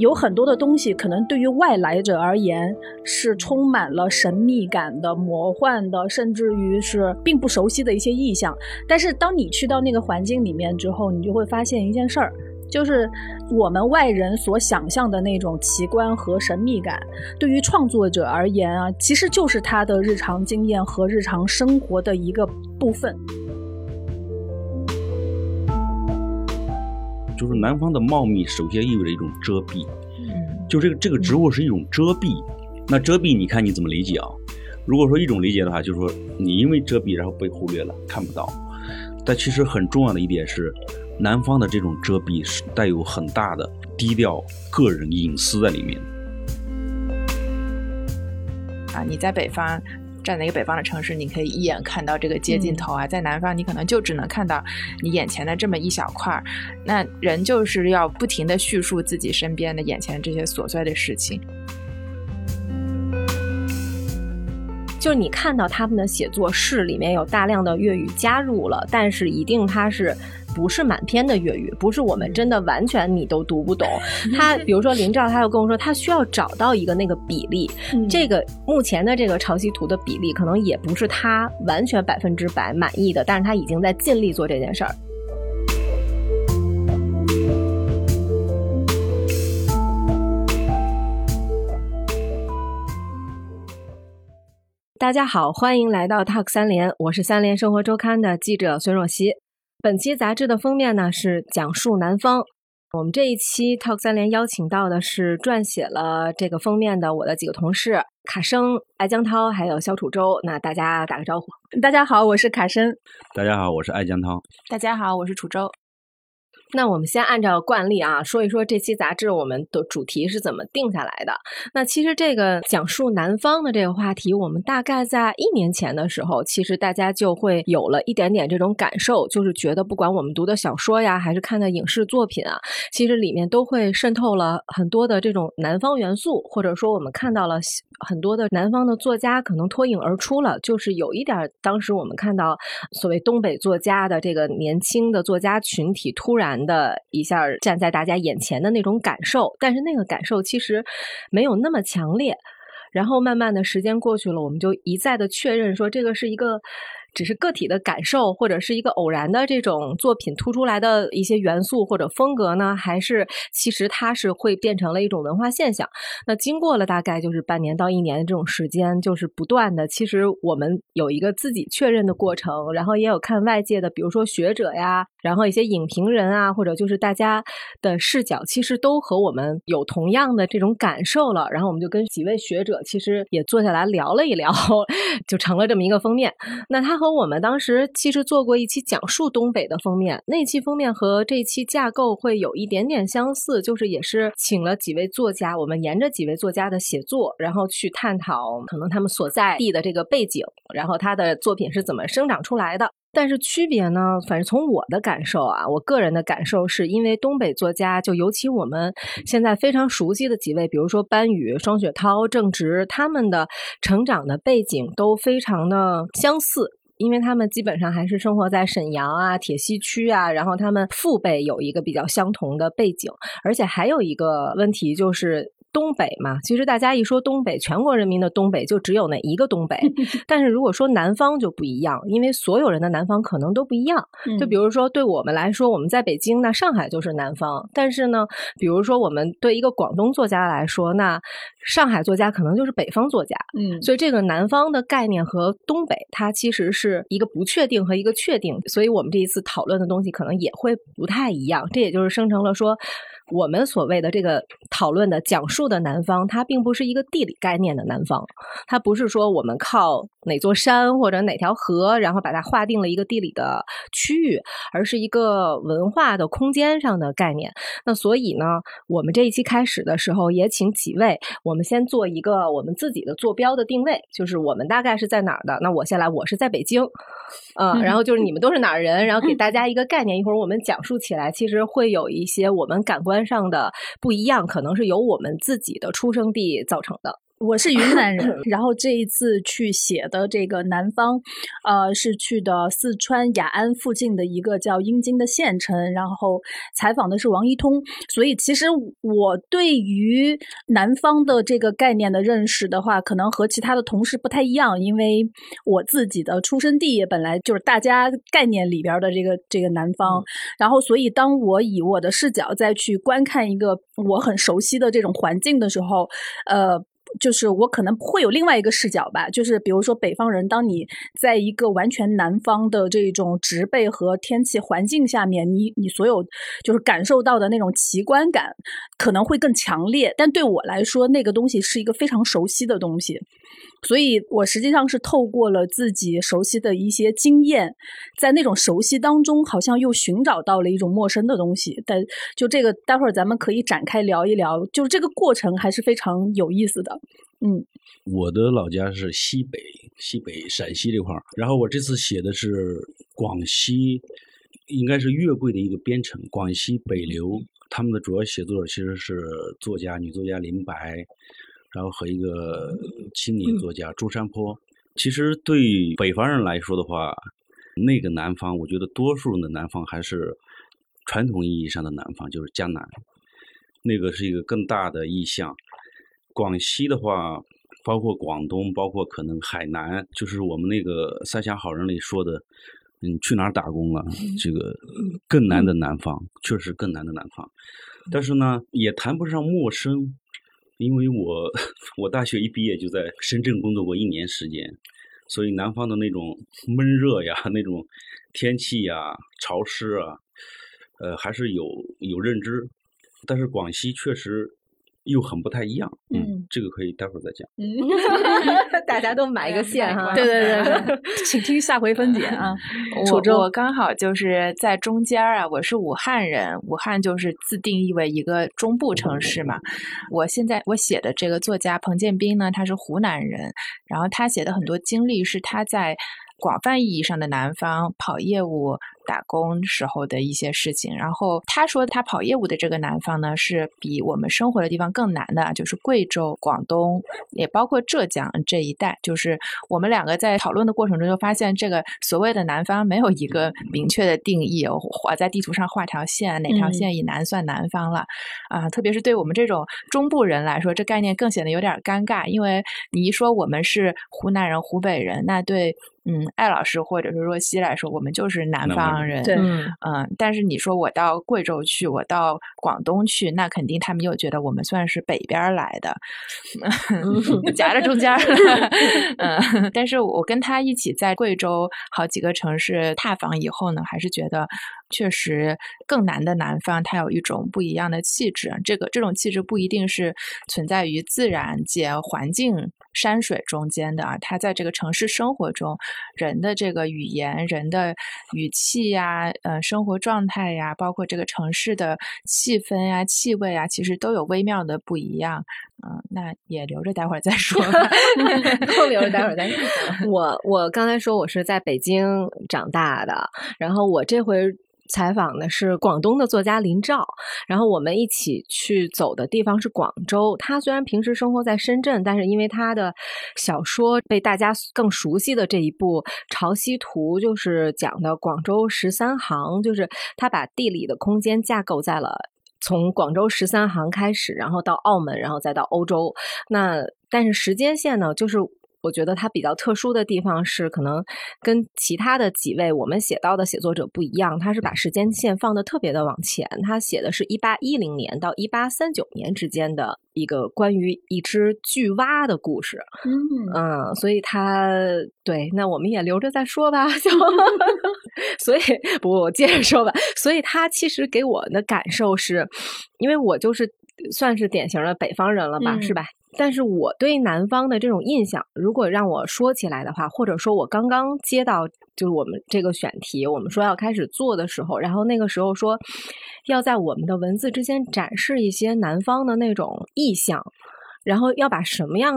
有很多的东西可能对于外来者而言是充满了神秘感的、魔幻的，甚至于是并不熟悉的一些意象。但是当你去到那个环境里面之后，你就会发现一件事儿，就是我们外人所想象的那种奇观和神秘感，对于创作者而言啊，其实就是他的日常经验和日常生活的一个部分。 就是南方的茂密首先意味着一种遮蔽，就这个植物是一种遮蔽。那遮蔽你看你怎么理解啊？如果说一种理解的话，就是说你因为遮蔽然后被忽略了，看不到。但其实很重要的一点是，南方的这种遮蔽是带有很大的低调个人隐私在里面。 你在北方站在一个北方的城市，你可以一眼看到这个街尽头啊，在南方你可能就只能看到你眼前的这么一小块。那人就是要不停地叙述自己身边的眼前这些琐碎的事情。 就是你看到他们的写作是里面有大量的粤语加入了，但是一定它是不是满篇的粤语，不是我们真的完全你都读不懂。他比如说林兆他又跟我说他需要找到一个那个比例，这个目前的这个潮汐图的比例可能也不是他完全100%满意的，但是他已经在尽力做这件事儿。大家好，欢迎来到 Talk 三联，我是三联生活周刊的记者孙若曦。本期杂志的封面呢是讲述南方。我们这一期 Talk 三联邀请到的是撰写了这个封面的我的几个同事卡生、艾江涛还有肖楚洲。那大家打个招呼。 大家好，我是卡生。 大家好，我是艾江涛。 大家好，我是楚洲。 那我们先按照惯例啊，说一说这期杂志我们的主题是怎么定下来的。那其实这个讲述南方的这个话题，我们大概在1年前的时候，其实大家就会有了一点点这种感受，就是觉得不管我们读的小说呀，还是看的影视作品啊，其实里面都会渗透了很多的这种南方元素，或者说我们看到了很多的南方的作家可能脱颖而出了，就是有一点当时我们看到所谓东北作家的这个年轻的作家群体突然的一下站在大家眼前的那种感受，但是那个感受其实没有那么强烈。然后慢慢的时间过去了，我们就一再的确认说这个是一个只是个体的感受，或者是一个偶然的这种作品突出来的一些元素或者风格呢，还是其实它是会变成了一种文化现象。那经过了大概就是半年到1年的这种时间，就是不断的，其实我们有一个自己确认的过程，然后也有看外界的比如说学者呀，然后一些影评人啊，或者就是大家的视角其实都和我们有同样的这种感受了，然后我们就跟几位学者其实也坐下来聊了一聊，就成了这么一个封面。那他和我们当时其实做过一期讲述东北的封面，那期封面和这期架构会有一点点相似，就是也是请了几位作家，我们沿着几位作家的写作，然后去探讨可能他们所在地的这个背景，然后他的作品是怎么生长出来的。但是区别呢，反正从我的感受啊，我个人的感受是因为东北作家，就尤其我们现在非常熟悉的几位，比如说班宇、双雪涛、郑直，他们的成长的背景都非常的相似，因为他们基本上还是生活在沈阳啊、铁西区啊，然后他们父辈有一个比较相同的背景。而且还有一个问题就是东北嘛，其实大家一说东北，全国人民的东北就只有那一个东北但是如果说南方就不一样，因为所有人的南方可能都不一样。就比如说对我们来说，我们在北京，那上海就是南方，但是呢比如说我们对一个广东作家来说，那上海作家可能就是北方作家。所以这个南方的概念和东北它其实是一个不确定和一个确定，所以我们这一次讨论的东西可能也会不太一样。这也就是生成了说我们所谓的这个讨论的讲述的南方，它并不是一个地理概念的南方，它不是说我们靠哪座山或者哪条河然后把它划定了一个地理的区域，而是一个文化的空间上的概念。那所以呢，我们这一期开始的时候也请几位，我们先做一个我们自己的坐标的定位，就是我们大概是在哪儿的。那我先来，我是在北京然后就是你们都是哪儿人，然后给大家一个概念，一会儿我们讲述起来其实会有一些我们感官上的不一样，可能是由我们自己的出生地造成的。 我是云南人，然后这一次去写的这个南方，是去的四川雅安附近的一个叫阴津的县城，然后采访的是王一通。所以其实我对于南方的这个概念的认识的话，可能和其他的同事不太一样，因为我自己的出生地也本来就是大家概念里边的这个南方，然后所以当我以我的视角再去观看一个我很熟悉的这种环境的时候，就是我可能会有另外一个视角吧，就是比如说北方人，当你在一个完全南方的这种植被和天气环境下面，你所有就是感受到的那种奇观感可能会更强烈，但对我来说那个东西是一个非常熟悉的东西，所以我实际上是透过了自己熟悉的一些经验，在那种熟悉当中好像又寻找到了一种陌生的东西，但就这个待会儿咱们可以展开聊一聊，就这个过程还是非常有意思的。 我的老家是西北陕西这块儿，然后我这次写的是广西，应该是月桂的一个边城，广西北流，他们的主要写作者其实是女作家林白，然后和一个青年作家朱山坡。其实对北方人来说的话，那个南方，我觉得多数人的南方还是传统意义上的南方，就是江南，那个是一个更大的意象。广西的话，包括广东，包括可能海南，就是我们那个《三峡好人》里说的，去哪儿打工了？这个更难的南方，确实更难的南方。但是呢，也谈不上陌生，因为我大学一毕业就在深圳工作过1年时间，所以南方的那种闷热呀，那种天气呀、潮湿啊，还是有认知。但是广西确实又很不太一样，这个可以待会儿再讲。 大家都买一个线哈， 对，请听下回分解啊。 我刚好就是在中间啊，我是武汉人，武汉就是自定义为一个中部城市嘛。我写的这个作家彭建斌呢，他是湖南人，然后他写的很多经历是他在广泛意义上的南方跑业务打工时候的一些事情。然后他说他跑业务的这个南方呢，是比我们生活的地方更难的，就是贵州、广东，也包括浙江这一带。就是我们两个在讨论的过程中就发现，这个所谓的南方没有一个明确的定义，在地图上画条线，哪条线以南算南方了啊？特别是对我们这种中部人来说，这概念更显得有点尴尬，因为你一说我们是湖南人、湖北人，那对艾老师或者是若曦来说，我们就是南方人。 对， 但是你说我到贵州去，我到广东去，那肯定他们又觉得我们算是北边来的，夹着中间。但是我跟他一起在贵州好几个城市踏访以后呢，还是觉得确实更南的南方，它有一种不一样的气质。这种气质不一定是存在于自然界、环境、山水中间的啊，它在这个城市生活中，人的这个语言、人的语气呀、生活状态呀，包括这个城市的气氛呀、气味啊，其实都有微妙的不一样。那也留着待会儿再说吧。 都留着待会儿再说。我刚才说我是在北京长大的，然后我这回采访的是广东的作家林兆，然后我们一起去走的地方是广州。他虽然平时生活在深圳，但是因为他的小说被大家更熟悉的这一部《潮汐图》，就是讲的广州13行，就是他把地理的空间架构在了从广州13行开始，然后到澳门，然后再到欧洲。但是时间线呢，就是我觉得它比较特殊的地方是，可能跟其他的几位我们写到的写作者不一样，他是把时间线放得特别的往前，他写的是1810年到1839年之间的一个关于一只巨蛙的故事。所以对，那我们也留着再说吧。所以我接着说吧。所以他其实给我的感受是，因为我就是算是典型的北方人了吧，是吧？但是我对南方的这种印象，如果让我说起来的话，或者说我刚刚接到就是我们这个选题，我们说要开始做的时候，然后那个时候说要在我们的文字之间展示一些南方的那种意象，然后要把什么样的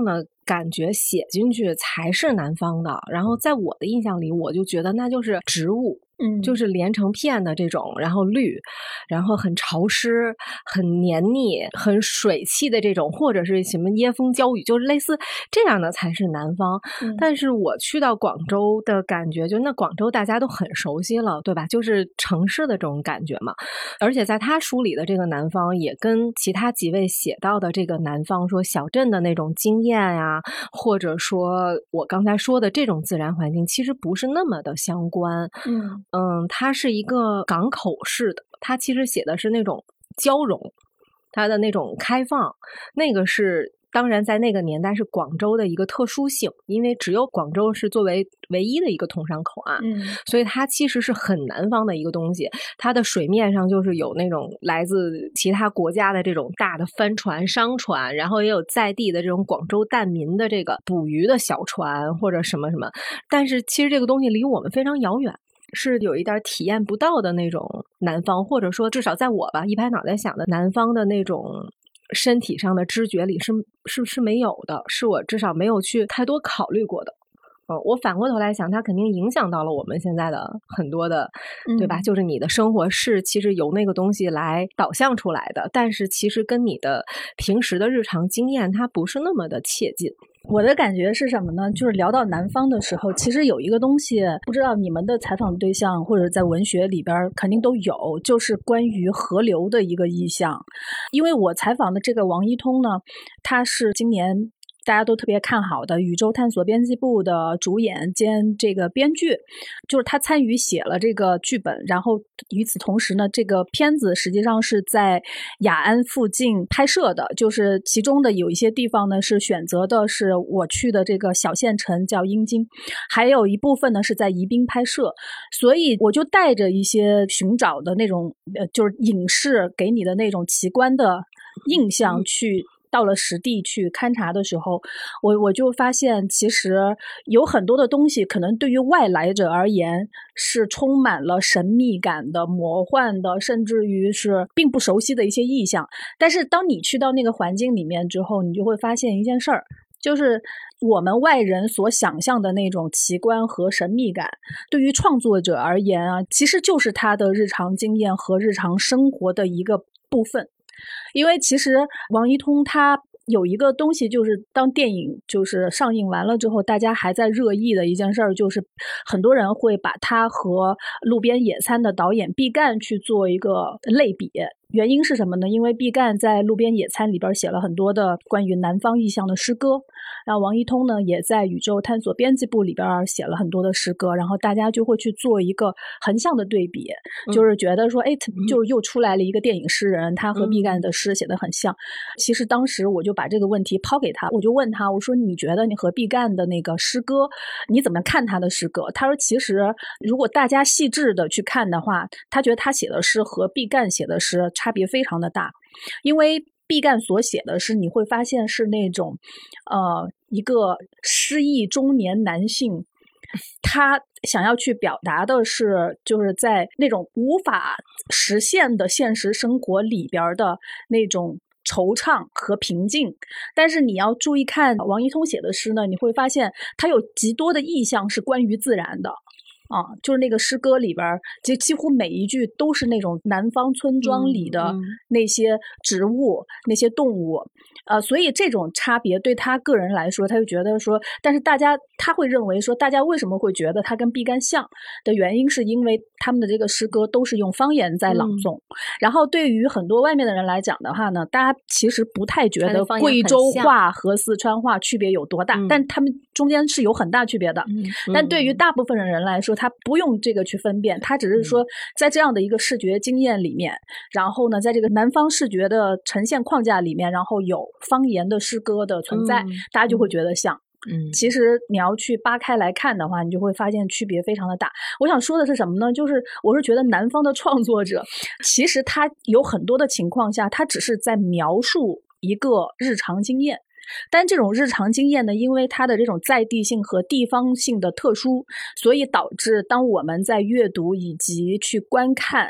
感觉写进去才是南方的。然后在我的印象里，我就觉得那就是植物。就是连成片的这种，然后绿，然后很潮湿、很黏腻、很水汽的这种，或者是什么椰风娇雨，就是类似这样的才是南方。但是我去到广州的感觉，就那广州大家都很熟悉了，对吧？就是城市的这种感觉嘛。而且在他书里的这个南方，也跟其他几位写到的这个南方说小镇的那种经验呀，或者说我刚才说的这种自然环境，其实不是那么的相关。它是一个港口式的，它其实写的是那种交融，它的那种开放，那个是当然在那个年代是广州的一个特殊性，因为只有广州是作为唯一的一个通商口岸，所以它其实是很南方的一个东西。它的水面上就是有那种来自其他国家的这种大的帆船、商船，然后也有在地的这种广州蛋民的这个捕鱼的小船或者什么什么，但是其实这个东西离我们非常遥远。是有一点体验不到的那种南方，或者说至少在我吧一拍脑袋想的南方的那种身体上的知觉里是没有的，是我至少没有去太多考虑过的。我反过头来想，它肯定影响到了我们现在的很多的，对吧？就是你的生活是其实由那个东西来导向出来的，但是其实跟你的平时的日常经验它不是那么的切近。 我的感觉是什么呢？就是聊到南方的时候，其实有一个东西，不知道你们的采访对象或者在文学里边肯定都有，就是关于河流的一个意象。因为我采访的这个王一通呢，他是今年大家都特别看好的宇宙探索编辑部的主演兼这个编剧，就是他参与写了这个剧本，然后与此同时呢，这个片子实际上是在雅安附近拍摄的，就是其中的有一些地方呢是选择的是我去的这个小县城叫阴津，还有一部分呢是在宜宾拍摄，所以我就带着一些寻找的那种就是影视给你的那种奇观的印象去到了实地去勘察的时候，我就发现其实有很多的东西可能对于外来者而言是充满了神秘感的、魔幻的，甚至于是并不熟悉的一些意象。但是当你去到那个环境里面之后，你就会发现一件事儿，就是我们外人所想象的那种奇观和神秘感，对于创作者而言啊，其实就是他的日常经验和日常生活的一个部分。因为其实王一通他有一个东西，就是当电影就是上映完了之后，大家还在热议的一件事儿，就是很多人会把他和路边野餐的导演毕赣去做一个类比。原因是什么呢？因为毕赣在路边野餐里边写了很多的关于南方意象的诗歌，然后王一通呢也在宇宙探索编辑部里边写了很多的诗歌，然后大家就会去做一个横向的对比，就是觉得说就是又出来了一个电影诗人，他和毕赣的诗写得很像。其实当时我就把这个问题抛给他，我就问他，我说你觉得你和毕赣的那个诗歌你怎么看他的诗歌？他说其实如果大家细致的去看的话，他觉得他写的诗和毕赣写的诗差别非常的大。因为毕赣所写的诗你会发现是那种一个失意中年男性，他想要去表达的是就是在那种无法实现的现实生活里边的那种惆怅和平静。但是你要注意看王一通写的诗呢，你会发现他有极多的意象是关于自然的就是那个诗歌里边几乎每一句都是那种南方村庄里的那些植物那些动物所以这种差别对他个人来说，他就觉得说，但是他会认为说，大家为什么会觉得他跟毕赣像的原因，是因为他们的这个诗歌都是用方言在朗诵。然后对于很多外面的人来讲的话呢，大家其实不太觉得贵州话和四川话区别有多大，但他们中间是有很大区别的。但对于大部分的人来说，他不用这个去分辨，他只是说在这样的一个视觉经验里面，然后呢，在这个南方视觉的呈现框架里面，然后有方言的诗歌的存在，大家就会觉得像。其实你要去扒开来看的话，你就会发现区别非常的大。我想说的是什么呢？就是我是觉得南方的创作者，其实他有很多的情况下，他只是在描述一个日常经验。但这种日常经验呢，因为它的这种在地性和地方性的特殊，所以导致当我们在阅读以及去观看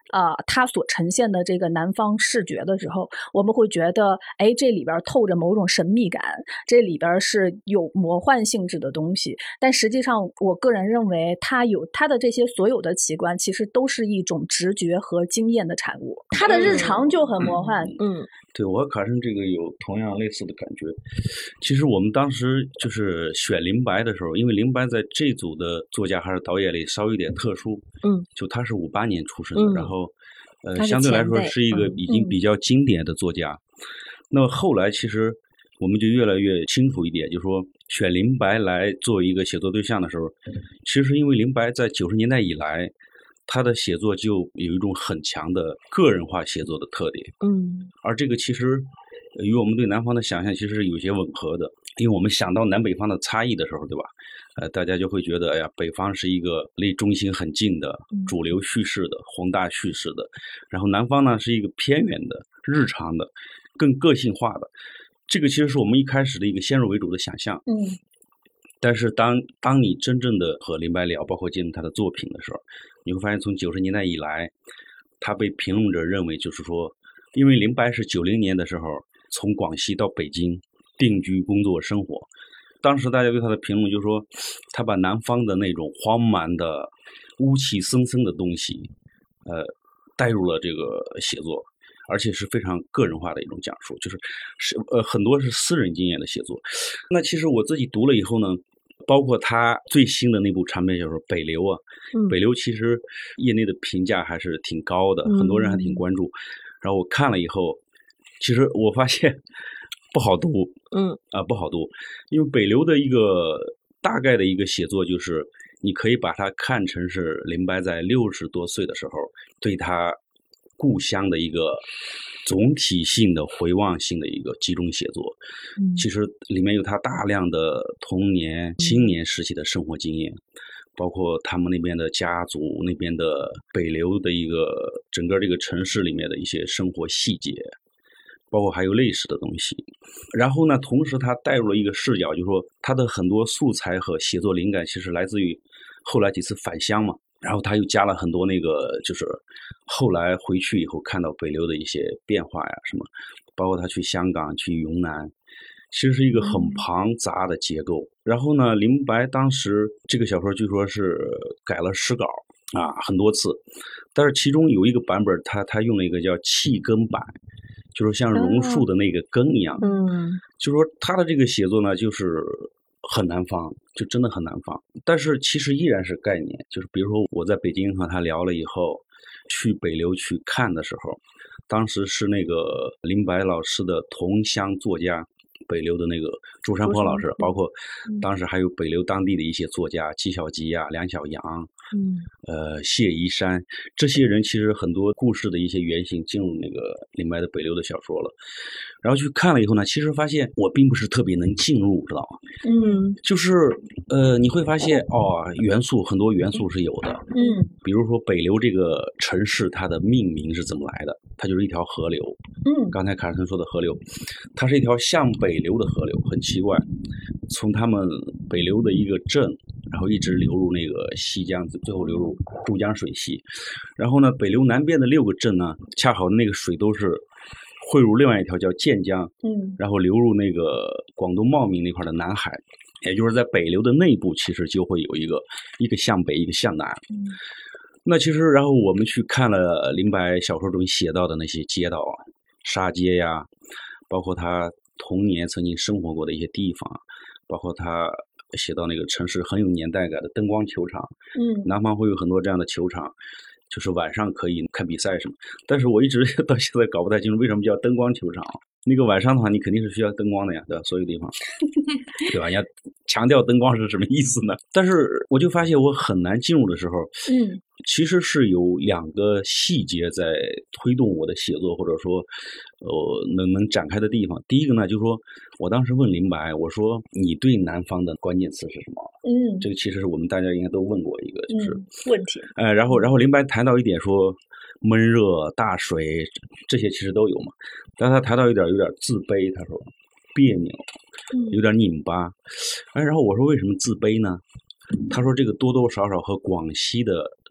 它所呈现的这个南方视觉的时候，我们会觉得，哎，这里边透着某种神秘感，这里边是有魔幻性质的东西。但实际上，我个人认为，它的这些所有的奇观，其实都是一种直觉和经验的产物。它的日常就很魔幻。 对，我和卡森这个有同样类似的感觉。其实我们当时就是选林白的时候，因为林白在这组的作家还是导演里稍微有点特殊，就他是58年出生的，然后相对来说是一个已经比较经典的作家。那么后来其实我们就越来越清楚一点，就是说选林白来作为一个写作对象的时候，其实因为林白在90年代以来，他的写作就有一种很强的个人化写作的特点，而这个其实与我们对南方的想象其实是有些吻合的，因为我们想到南北方的差异的时候，对吧？大家就会觉得，哎呀，北方是一个离中心很近的主流叙事的宏大叙事的，然后南方呢是一个偏远的日常的更个性化的，这个其实是我们一开始的一个先入为主的想象。但是当你真正的和林白聊，包括进入他的作品的时候，你会发现从90年代以来，他被评论者认为就是说，因为林白是90年的时候从广西到北京定居工作生活，当时大家对他的评论就是说，他把南方的那种荒蛮的雾气森森的东西带入了这个写作，而且是非常个人化的一种讲述，就是很多是私人经验的写作。那其实我自己读了以后呢，包括他最新的那部长篇小说《北流》啊，北流其实业内的评价还是挺高的，很多人还挺关注。然后我看了以后，其实我发现不好读，不好读，因为北流的一个大概的一个写作就是，你可以把它看成是林白在60多岁的时候对他故乡的一个总体性的回望性的一个集中写作，其实里面有他大量的童年、青年时期的生活经验，包括他们那边的家族、那边的北流的一个整个这个城市里面的一些生活细节，包括还有历史的东西。然后呢，同时他带入了一个视角，就是说他的很多素材和写作灵感其实来自于后来几次返乡嘛。然后他又加了很多那个，就是后来回去以后看到北流的一些变化呀，什么，包括他去香港、去云南，其实是一个很庞杂的结构。然后呢，林白当时这个小说据说是改了10稿啊，很多次，但是其中有一个版本，他用了一个叫气根版，就是像榕树的那个根一样，就是说他的这个写作呢，就是很南方，就真的很南方，但是其实依然是概念。就是比如说我在北京和他聊了以后，去北流去看的时候，当时是那个林白老师的同乡作家，北流的那个朱山坡老师，包括当时还有北流当地的一些作家，纪晓吉啊、梁晓阳，谢宜山，这些人其实很多故事的一些原型进入那个林白的北流的小说了。然后去看了以后呢，其实发现我并不是特别能进入，知道吗？就是你会发现很多元素是有的，比如说北流这个城市它的命名是怎么来的？它就是一条河流，刚才卡森说的河流，它是一条向北流的河流，很奇怪，从他们北流的一个镇，然后一直流入那个西江，最后流入珠江水系。然后呢，北流南边的6个镇呢，恰好那个水都是汇入另外一条叫建江，然后流入那个广东茂名那块的南海，也就是在北流的内部，其实就会有一个向北，一个向南。那其实，然后我们去看了林白小说中写到的那些街道啊、沙街呀，包括他童年曾经生活过的一些地方，包括他写到那个城市很有年代感的灯光球场，南方会有很多这样的球场，就是晚上可以看比赛什么。但是我一直到现在搞不太清楚为什么叫灯光球场。那个晚上的话，你肯定是需要灯光的呀，对吧？所有地方，对吧？你要强调灯光是什么意思呢？但是我就发现我很难进入的时候，其实是有2个细节在推动我的写作，或者说，能展开的地方。第一个呢，就是说我当时问林白，我说你对南方的关键词是什么？这个其实是我们大家应该都问过一个，就是问题。 然后林白谈到一点说，闷热、大水这些其实都有嘛，但他谈到有点自卑，他说别扭，有点拧巴。然后我说为什么自卑呢？他说这个多多少少和广西的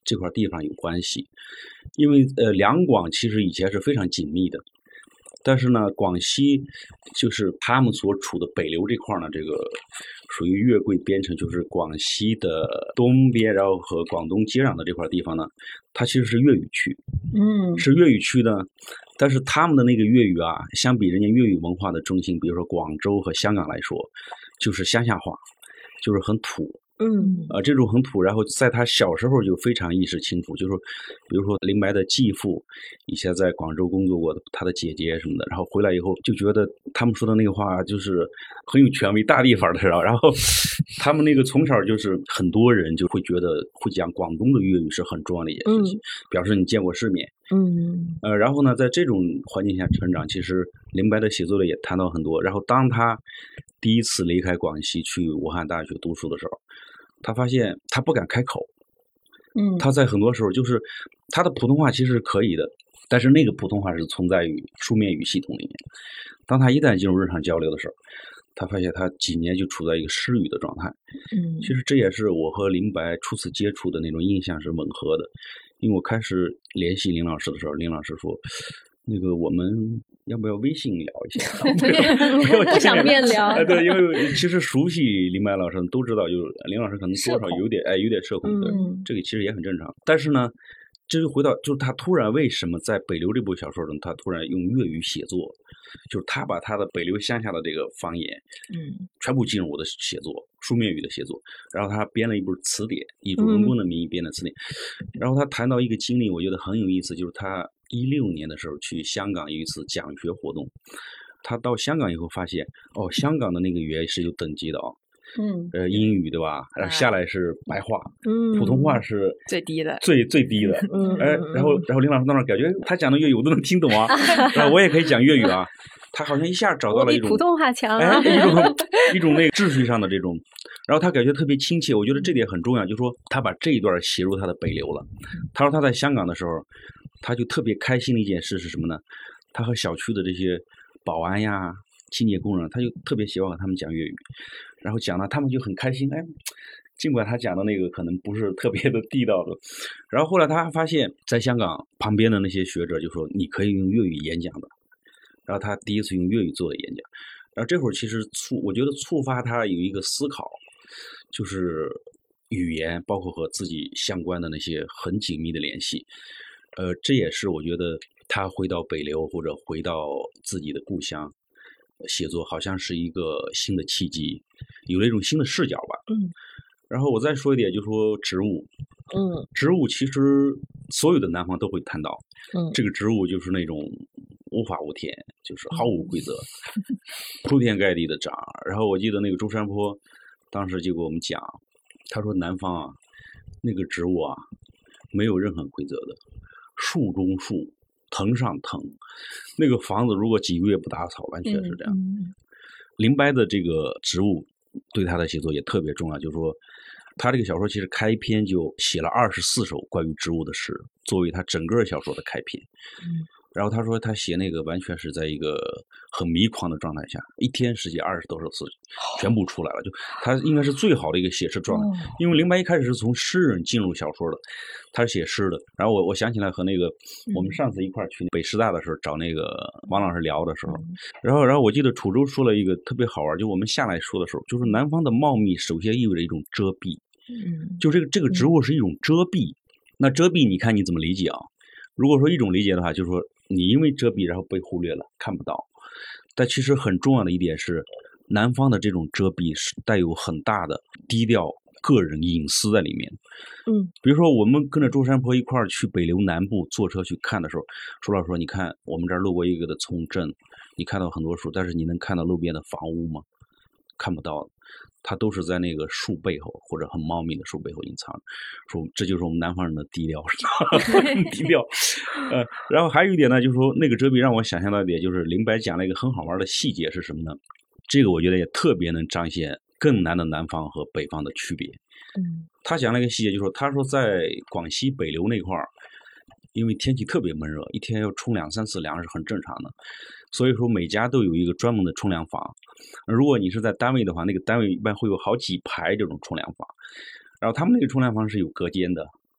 这块地方有关系，因为两广其实以前是非常紧密的。但是呢，广西就是他们所处的北流这块呢，这个属于粤桂边城，就是广西的东边，然后和广东接壤的这块地方呢，它其实是粤语区，是粤语区的。但是他们的那个粤语啊，相比人家粤语文化的中心，比如说广州和香港来说，就是乡下话，就是很土。这种很土，然后在他小时候就非常意识清楚，就是比如说林白的继父以前在广州工作过的，他的姐姐什么的，然后回来以后就觉得他们说的那个话就是很有权威大地方的，然后他们那个从小就是很多人就会觉得会讲广东的粤语是很重要的一件事情，表示你见过世面。然后呢，在这种环境下成长，其实林白的写作里也谈到很多。然后当他第一次离开广西去武汉大学读书的时候，他发现他不敢开口，他在很多时候就是他的普通话其实是可以的，但是那个普通话是存在于书面语系统里面。当他一旦进入日常交流的时候，他发现他几年就处在一个失语的状态。其实这也是我和林白初次接触的那种印象是吻合的，因为我开始联系林老师的时候，林老师说那个我们要不要微信聊一下？ 不想面聊。 对，因为其实熟悉林白老师都知道，就是林老师可能多少有点社恐的，这个其实也很正常。但是呢，这就回到就是他突然为什么在北流这部小说中，他突然用粤语写作，就是他把他的北流乡下的这个方言，全部进入我的写作，书面语的写作，然后他编了一部词典，以主人公的名义编的词典。然后他谈到一个经历，我觉得很有意思，就是他16年的时候去香港有一次讲学活动，他到香港以后发现，香港的那个语言是有等级的啊。英语对吧？然后下来是白话，普通话是最低的， 最低的。然后林老师当时感觉他讲的粤语我都能听懂啊，然后我也可以讲粤语啊。他好像一下找到了一种普通话强啊， 一种那个秩序上的这种，然后他感觉特别亲切。我觉得这点很重要，就是说他把这一段写入他的北流了。他说他在香港的时候，他就特别开心的一件事是什么呢？他和小区的这些保安呀、清洁工人，他就特别喜欢和他们讲粤语，然后讲了他们就很开心。尽管他讲的那个可能不是特别的地道的，然后后来他发现在香港旁边的那些学者就说你可以用粤语演讲的，然后他第一次用粤语做的演讲，然后这会儿其实我觉得触发他有一个思考，就是语言包括和自己相关的那些很紧密的联系。这也是我觉得他回到北流或者回到自己的故乡写作好像是一个新的契机，有了一种新的视角吧。然后我再说一点，就说植物。植物其实所有的南方都会谈到。这个植物就是那种无法无天，就是毫无规则，铺天盖地的长。然后我记得那个周山坡当时就给我们讲，他说南方啊，那个植物啊，没有任何规则的，树中树，藤上藤，那个房子如果几个月不打扫，完全是这样。林白的这个植物对他的写作也特别重要，就是说他这个小说其实开篇就写了24首关于植物的诗，作为他整个小说的开篇。然后他说他写那个完全是在一个很迷狂的状态下，一天时间20多首词全部出来了，就他应该是最好的一个写诗状态。因为林白一开始是从诗人进入小说的，他是写诗的。然后我想起来和那个我们上次一块去北师大的时候找那个王老师聊的时候，然后我记得楚州说了一个特别好玩，就我们下来说的时候，就是南方的茂密首先意味着一种遮蔽，就这个植物是一种遮蔽。那遮蔽你看你怎么理解啊？如果说一种理解的话，就是说你因为遮蔽然后被忽略了，看不到。但其实很重要的一点是，南方的这种遮蔽是带有很大的低调个人隐私在里面。比如说我们跟着周山坡一块儿去北流南部坐车去看的时候，周老师说你看我们这儿路过一个的村镇，你看到很多树，但是你能看到路边的房屋吗？看不到，它都是在那个树背后或者很茂密的树背后隐藏。说这就是我们南方人的低调，低调。然后还有一点呢，就是说那个遮蔽让我想象到一点，就是林白讲了一个很好玩的细节是什么呢？这个我觉得也特别能彰显更南的南方和北方的区别。他讲了一个细节，就是说他说在广西北流那块儿，因为天气特别闷热，一天要冲2、3次凉是很正常的。所以说每家都有一个专门的冲凉房。如果你是在单位的话，那个单位一般会有好几排这种冲凉房。然后他们那个冲凉房是有隔间的，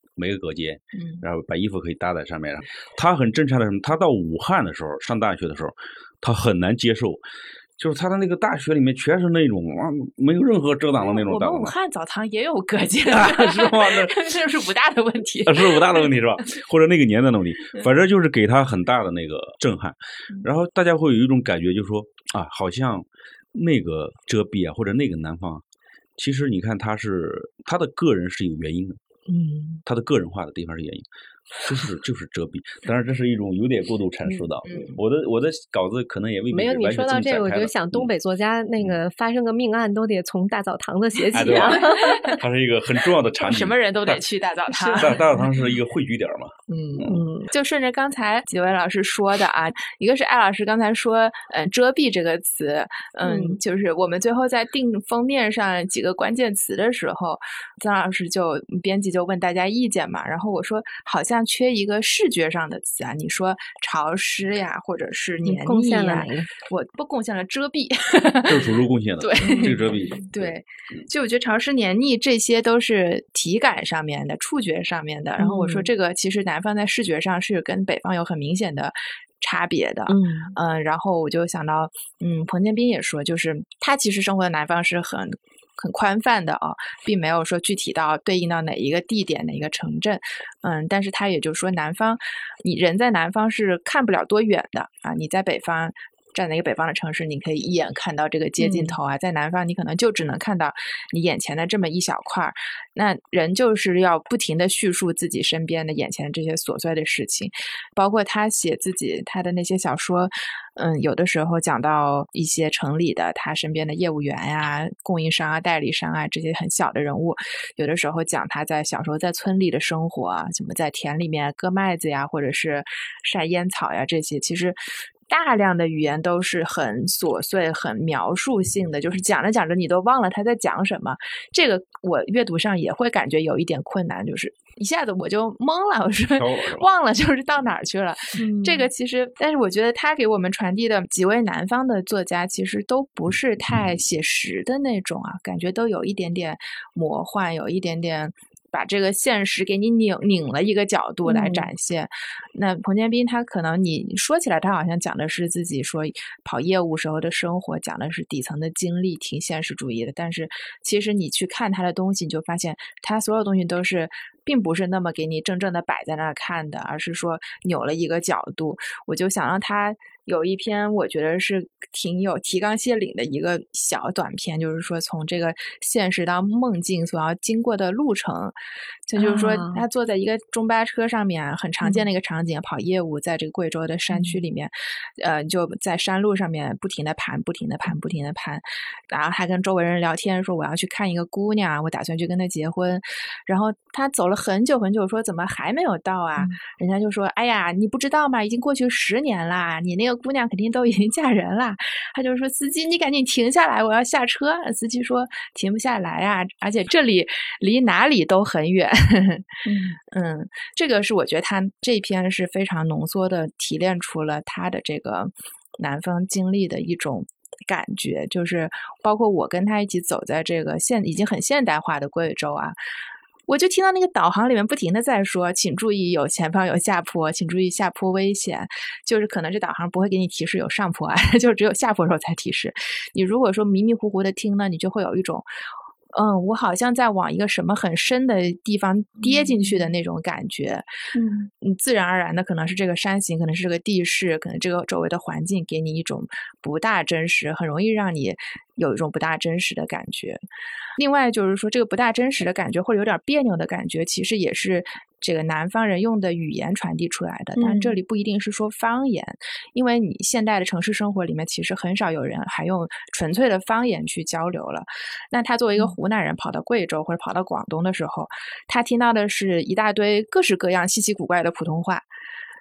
每个隔间，然后把衣服可以搭在上面。他很震撼的是什么？他到武汉的时候，上大学的时候，他很难接受。就是他的那个大学里面全是那种没有任何遮挡的那种大澡堂。 我们武汉澡堂也有隔间， 是吗？ 这是武大的问题， 是武大的问题是吧？或者那个年代的问题，反正就是给他很大的那个震撼。然后大家会有一种感觉，就是说啊，好像那个遮蔽啊，或者那个南方，其实你看他的个人是有原因的，他的个人化的地方是原因。就是遮蔽，当然这是一种有点过度阐述的。我的稿子可能也未必没有。你说到这个，我就想东北作家那个发生个命案都得从大澡堂子写起啊。 它是一个很重要的场景， 什么人都得去大澡堂。 大澡堂是一个汇聚点嘛。 就顺着刚才几位老师说的啊，一个是艾老师刚才说遮蔽这个词，就是我们最后在定封面上几个关键词的时候，曾老师编辑就问大家意见嘛，然后我说好像缺一个视觉上的词啊，你说潮湿呀，或者是黏腻呀，我不贡献了遮蔽， 这是属于贡献的， 对， 这个遮蔽， 对，就我觉得潮湿黏腻这些都是体感上面的、触觉上面的，然后我说这个其实南方在视觉上是跟北方有很明显的差别的，然后我就想到，彭建斌也说，就是他其实生活的南方是很宽泛的啊，并没有说具体到对应到哪一个地点哪一个城镇，但是他也就说南方，你人在南方是看不了多远的啊，你在北方站在一个北方的城市，你可以一眼看到这个街尽头啊，在南方你可能就只能看到你眼前的这么一小块，那人就是要不停的叙述自己身边的眼前这些琐碎的事情，包括他写他的那些小说，有的时候讲到一些城里的他身边的业务员呀、供应商啊、代理商啊这些很小的人物，有的时候讲他小时候在村里的生活啊，怎么在田里面割麦子呀，或者是晒烟草呀，这些其实大量的语言都是很琐碎、很描述性的，就是讲着讲着你都忘了他在讲什么。这个我阅读上也会感觉有一点困难，就是一下子我就懵了，我说忘了就是到哪儿去了。这个其实，但是我觉得他给我们传递的几位南方的作家，其实都不是太写实的那种啊，感觉都有一点点魔幻，有一点点把这个现实给你拧了一个角度来展现。那彭建斌他可能你说起来他好像讲的是自己说跑业务时候的生活，讲的是底层的经历，挺现实主义的，但是其实你去看他的东西，你就发现他所有东西都是并不是那么给你正正的摆在那儿看的，而是说扭了一个角度。我就想让他有一篇我觉得是挺有提纲挈领的一个小短片，就是说从这个现实到梦境所要经过的路程，这就是说他坐在一个中巴车上面，很常见的一个场景，跑业务，在这个贵州的山区里面，就在山路上面不停的盘，然后还跟周围人聊天，说我要去看一个姑娘，我打算去跟她结婚，然后他走了很久很久，说怎么还没有到啊？人家就说，哎呀，你不知道吗？已经过去10年啦，你那个姑娘肯定都已经嫁人了。他就说，司机你赶紧停下来，我要下车。司机说停不下来啊，而且这里离哪里都很远。这个是我觉得他这篇是非常浓缩的提炼出了他的这个南方经历的一种感觉，就是包括我跟他一起走在这个已经很现代化的贵州啊，我就听到那个导航里面不停的在说，请注意有前方有下坡，请注意下坡危险，就是可能这导航不会给你提示有上坡啊，就只有下坡时候才提示。你如果说迷迷糊糊的听呢，你就会有一种我好像在往一个什么很深的地方跌进去的那种感觉。自然而然的可能是这个山形，可能是这个地势，可能这个周围的环境给你一种不大真实，很容易让你有一种不大真实的感觉。另外就是说这个不大真实的感觉或者有点别扭的感觉，其实也是这个南方人用的语言传递出来的，但这里不一定是说方言，因为你现代的城市生活里面其实很少有人还用纯粹的方言去交流了。那他作为一个湖南人跑到贵州或者跑到广东的时候，他听到的是一大堆各式各样稀奇古怪的普通话，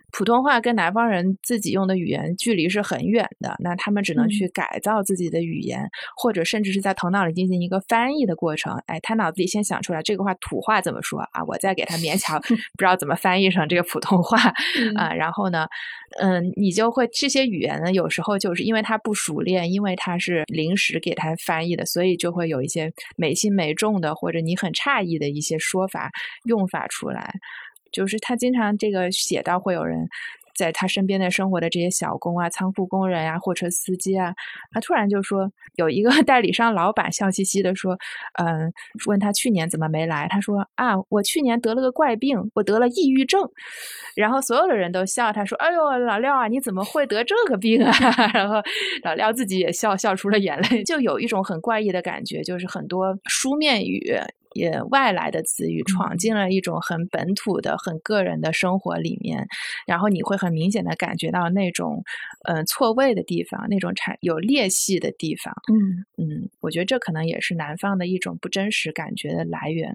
普通话跟南方人自己用的语言距离是很远的，那他们只能去改造自己的语言，或者甚至是在头脑里进行一个翻译的过程。哎，他脑子里先想出来这个话土话怎么说啊，我再给他勉强不知道怎么翻译成这个普通话啊，然后呢，你就会这些语言呢，有时候就是因为他不熟练，因为他是临时给他翻译的，所以就会有一些没轻没重的，或者你很诧异的一些说法用法出来。就是他经常这个写到会有人在他身边的生活的这些小工啊、仓库工人啊、货车司机啊，他突然就说，有一个代理商老板笑嘻嘻的说，问他去年怎么没来，他说啊，我去年得了个怪病，我得了抑郁症。然后所有的人都笑他说，哎呦，老廖啊，你怎么会得这个病啊？然后老廖自己也笑出了眼泪，就有一种很怪异的感觉，就是很多书面语也外来的词语闯进了一种很本土的、很个人的生活里面，然后你会很明显的感觉到那种错位的地方，那种有裂隙的地方。我觉得这可能也是南方的一种不真实感觉的来源。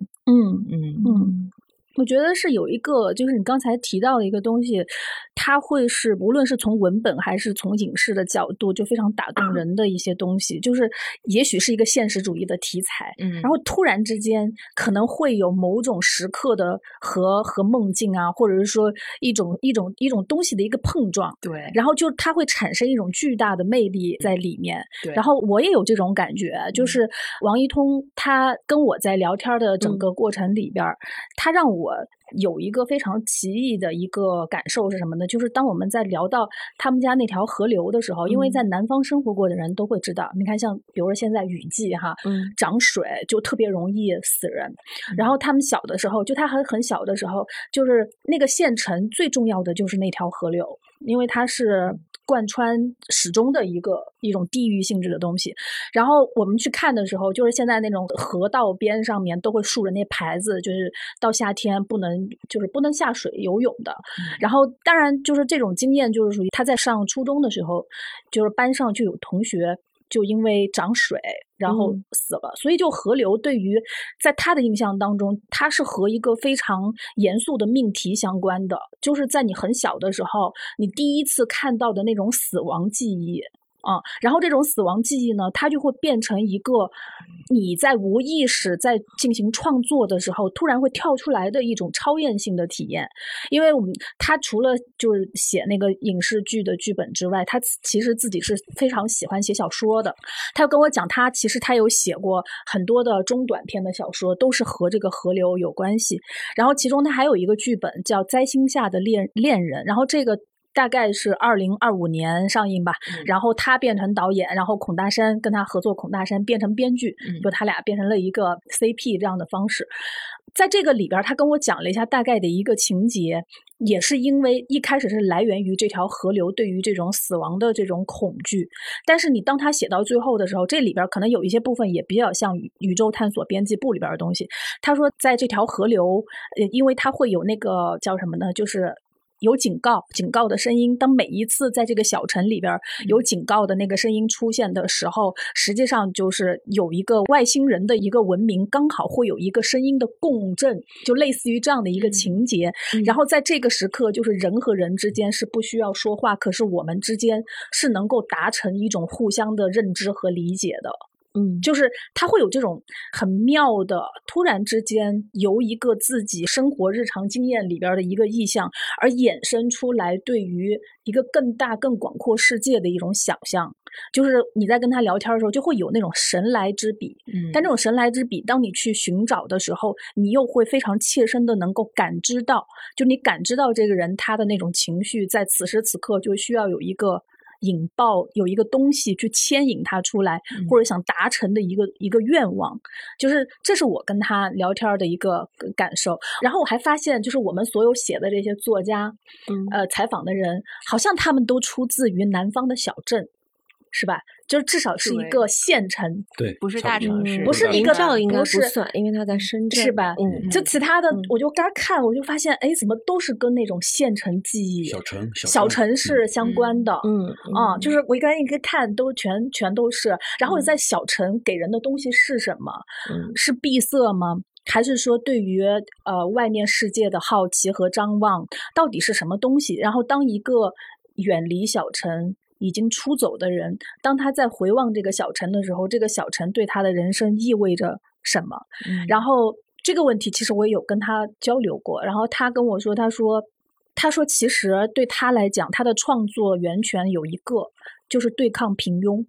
我觉得是有一个，就是你刚才提到的一个东西，它会是无论是从文本还是从影视的角度，就非常打动人的一些东西。就是也许是一个现实主义的题材，然后突然之间可能会有某种时刻的和梦境啊，或者是说一种东西的一个碰撞， 对， 然后就它会产生一种巨大的魅力在里面。 对， 然后我也有这种感觉，就是王一通他跟我在聊天的整个过程里边，他让我有一个非常奇异的一个感受是什么呢？就是当我们在聊到他们家那条河流的时候，因为在南方生活过的人都会知道，你看像比如说现在雨季哈，涨水就特别容易死人。然后他们小的时候，就他很小的时候，就是那个县城最重要的就是那条河流，因为它是贯穿始终的一种地域性质的东西。然后我们去看的时候，就是现在那种河道边上面都会竖着那牌子，就是到夏天不能下水游泳的。然后当然就是这种经验就是属于他在上初中的时候，就是班上就有同学就因为涨水然后死了。所以就河流对于在他的印象当中，它是和一个非常严肃的命题相关的，就是在你很小的时候，你第一次看到的那种死亡记忆然后这种死亡记忆呢，它就会变成一个你在无意识在进行创作的时候突然会跳出来的一种超验性的体验。因为他除了就是写那个影视剧的剧本之外，他其实自己是非常喜欢写小说的。他跟我讲，其实他有写过很多的中短篇的小说，都是和这个河流有关系。然后其中他还有一个剧本叫《灾星下的恋人》，然后这个大概是2025年上映吧，然后他变成导演，然后孔大山跟他合作，孔大山变成编剧，就他俩变成了一个 CP 这样的方式。在这个里边，他跟我讲了一下大概的一个情节，也是因为一开始是来源于这条河流对于这种死亡的这种恐惧，但是你当他写到最后的时候，这里边可能有一些部分也比较像宇宙探索编辑部里边的东西。他说在这条河流因为它会有那个叫什么呢，就是有警告的声音。当每一次在这个小城里边有警告的那个声音出现的时候，实际上就是有一个外星人的一个文明刚好会有一个声音的共振，就类似于这样的一个情节。然后在这个时刻，就是人和人之间是不需要说话，可是我们之间是能够达成一种互相的认知和理解的。就是他会有这种很妙的突然之间由一个自己生活日常经验里边的一个意象而衍生出来对于一个更大更广阔世界的一种想象。就是你在跟他聊天的时候就会有那种神来之笔，但这种神来之笔当你去寻找的时候，你又会非常切身的能够感知到，就你感知到这个人他的那种情绪在此时此刻就需要有一个引爆，有一个东西去牵引他出来，或者想达成的一个愿望。就是这是我跟他聊天的一个感受。然后我还发现，就是我们所有写的这些作家采访的人，好像他们都出自于南方的小镇，是吧？就是至少是一个县城， 对， 不是大城市， 不是一个照应该不是算，因为他在深圳， 是吧？就其他的，我就刚看，我就发现，哎，怎么都是跟那种县城记忆、小城市相关的，就是我一个看都全都是。然后在小城给人的东西是什么？是闭塞吗？ 还是说对于外面世界的好奇和张望到底是什么东西？然后当一个远离小城已经出走的人，当他在回望这个小城的时候，这个小城对他的人生意味着什么？然后这个问题其实我也有跟他交流过，然后他跟我说，他说其实对他来讲，他的创作源泉有一个，就是对抗平庸。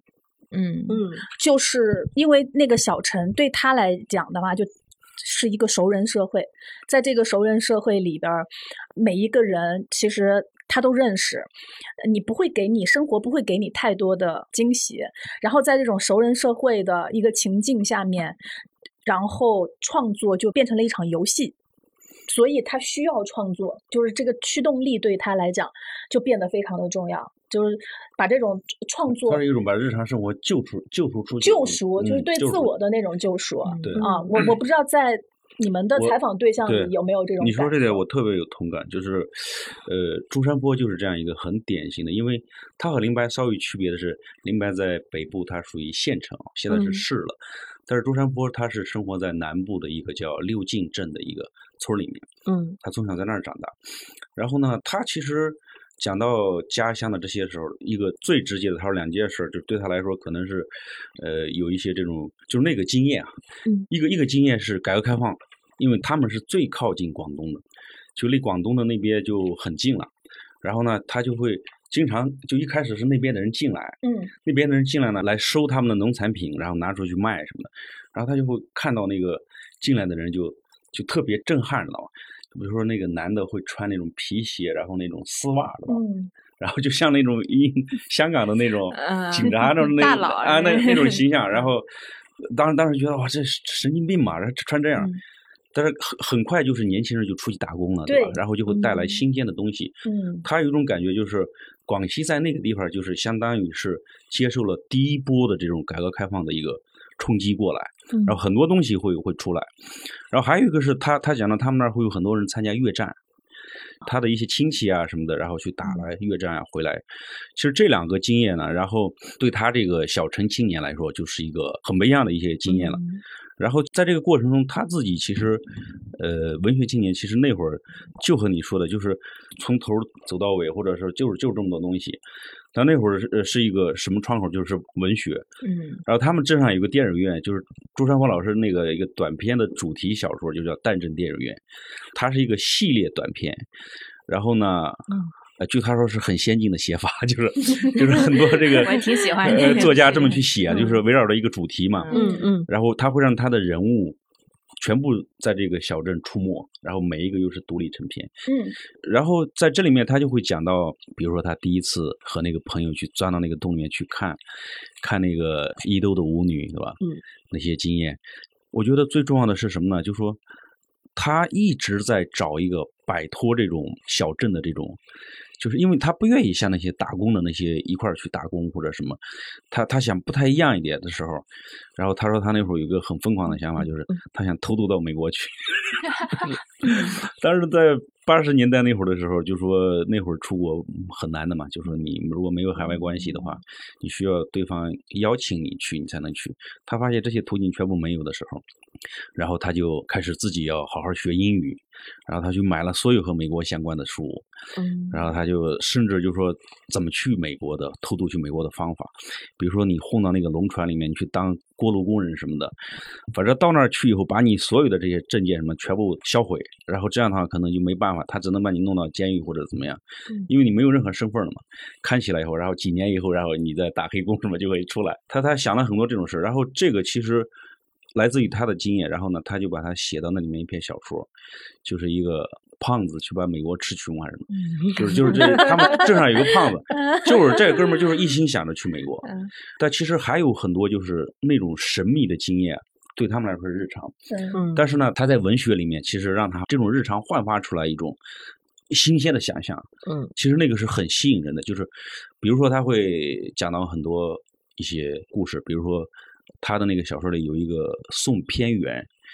就是因为那个小城对他来讲的话，就是一个熟人社会，在这个熟人社会里边，每一个人其实他都认识，生活不会给你太多的惊喜，然后在这种熟人社会的一个情境下面，然后创作就变成了一场游戏。所以他需要创作，就是这个驱动力对他来讲就变得非常的重要，就是把这种创作， 它是一种把日常生活救赎出去， 就是对自我的那种救赎。 对啊，我不知道在你们的采访对象里有没有这种感受。 你说这点我特别有同感，就是朱山坡就是这样一个很典型的，因为他和林白稍微区别的是，林白在北部他属于县城，现在是市了。但是朱山坡他是生活在南部的一个叫六进镇的一个村里面，他从小在那儿长大。然后呢，他其实讲到家乡的这些时候，一个最直接的，他说2件事，就对他来说可能是，有一些这种就是那个经验啊，一个经验是改革开放，因为他们是最靠近广东的，就离广东的那边就很近了。然后呢，他就会经常就一开始是那边的人进来，那边的人进来呢，来收他们的农产品，然后拿出去卖什么的，然后他就会看到那个进来的人就特别震撼，知道吗？比如说那个男的会穿那种皮鞋，然后那种丝袜，知道吗？然后就像那种香港的那种警察的大佬那种形象，然后当时觉得哇，这神经病嘛，穿这样。但是很快就是年轻人就出去打工了，对吧？然后就会带来新鲜的东西。他有一种感觉，就是广西在那个地方，就是相当于是接受了第一波的这种改革开放的一个冲击过来，然后很多东西会出来。然后还有一个是他讲到他们那儿会有很多人参加越战，他的一些亲戚啊什么的，然后去打了越战啊回来。其实这2个经验呢，然后对他这个小城青年来说，就是一个很不一样的一些经验了。然后在这个过程中，他自己其实，文学青年其实那会儿就和你说的，就是从头走到尾，或者是就是这么多东西。但那会儿是一个什么窗口，就是文学。然后他们镇上有个电影院，就是朱山坡老师那个一个短篇的主题小说，就叫《蛋镇电影院》，它是一个系列短篇。然后呢，据他说是很先进的写法，就是很多这个我也挺喜欢作家这么去写，就是围绕着一个主题嘛。然后他会让他的人物全部在这个小镇出没，然后每一个又是独立成篇。然后在这里面他就会讲到，比如说他第一次和那个朋友去钻到那个洞里面去看那个伊豆的舞女，对吧？那些经验。我觉得最重要的是什么呢？就是说他一直在找一个摆脱这种小镇的这种，就是因为他不愿意像那些打工的那些一块儿去打工或者什么，他想不太一样一点的时候，然后他说他那会儿有一个很疯狂的想法，就是他想偷渡到美国去。但是在80年代那会儿的时候，就说那会儿出国很难的嘛，就说你如果没有海外关系的话，你需要对方邀请你去，你才能去。他发现这些途径全部没有的时候，然后他就开始自己要好好学英语，然后他就买了所有和美国相关的书，然后他就甚至就说怎么去美国的，偷渡去美国的方法，比如说你混到那个龙船里面去当锅炉工人什么的，反正到那儿去以后，把你所有的这些证件什么全部销毁，然后这样的话可能就没办法，他只能把你弄到监狱或者怎么样，因为你没有任何身份了嘛，看起来以后，然后几年以后，然后你再打黑工什么就会出来。他想了很多这种事，然后这个其实来自于他的经验，然后呢，他就把它写到那里面一篇小说，就是一个胖子去把美国吃穷还是什么，就是这他们镇上有个胖子，就是这个哥们儿就是一心想着去美国，但其实还有很多就是那种神秘的经验，对他们来说是日常，但是呢，他在文学里面其实让他这种日常焕发出来一种新鲜的想象，其实那个是很吸引人的，就是比如说他会讲到很多一些故事，比如说他的那个小说里有一个送偏员，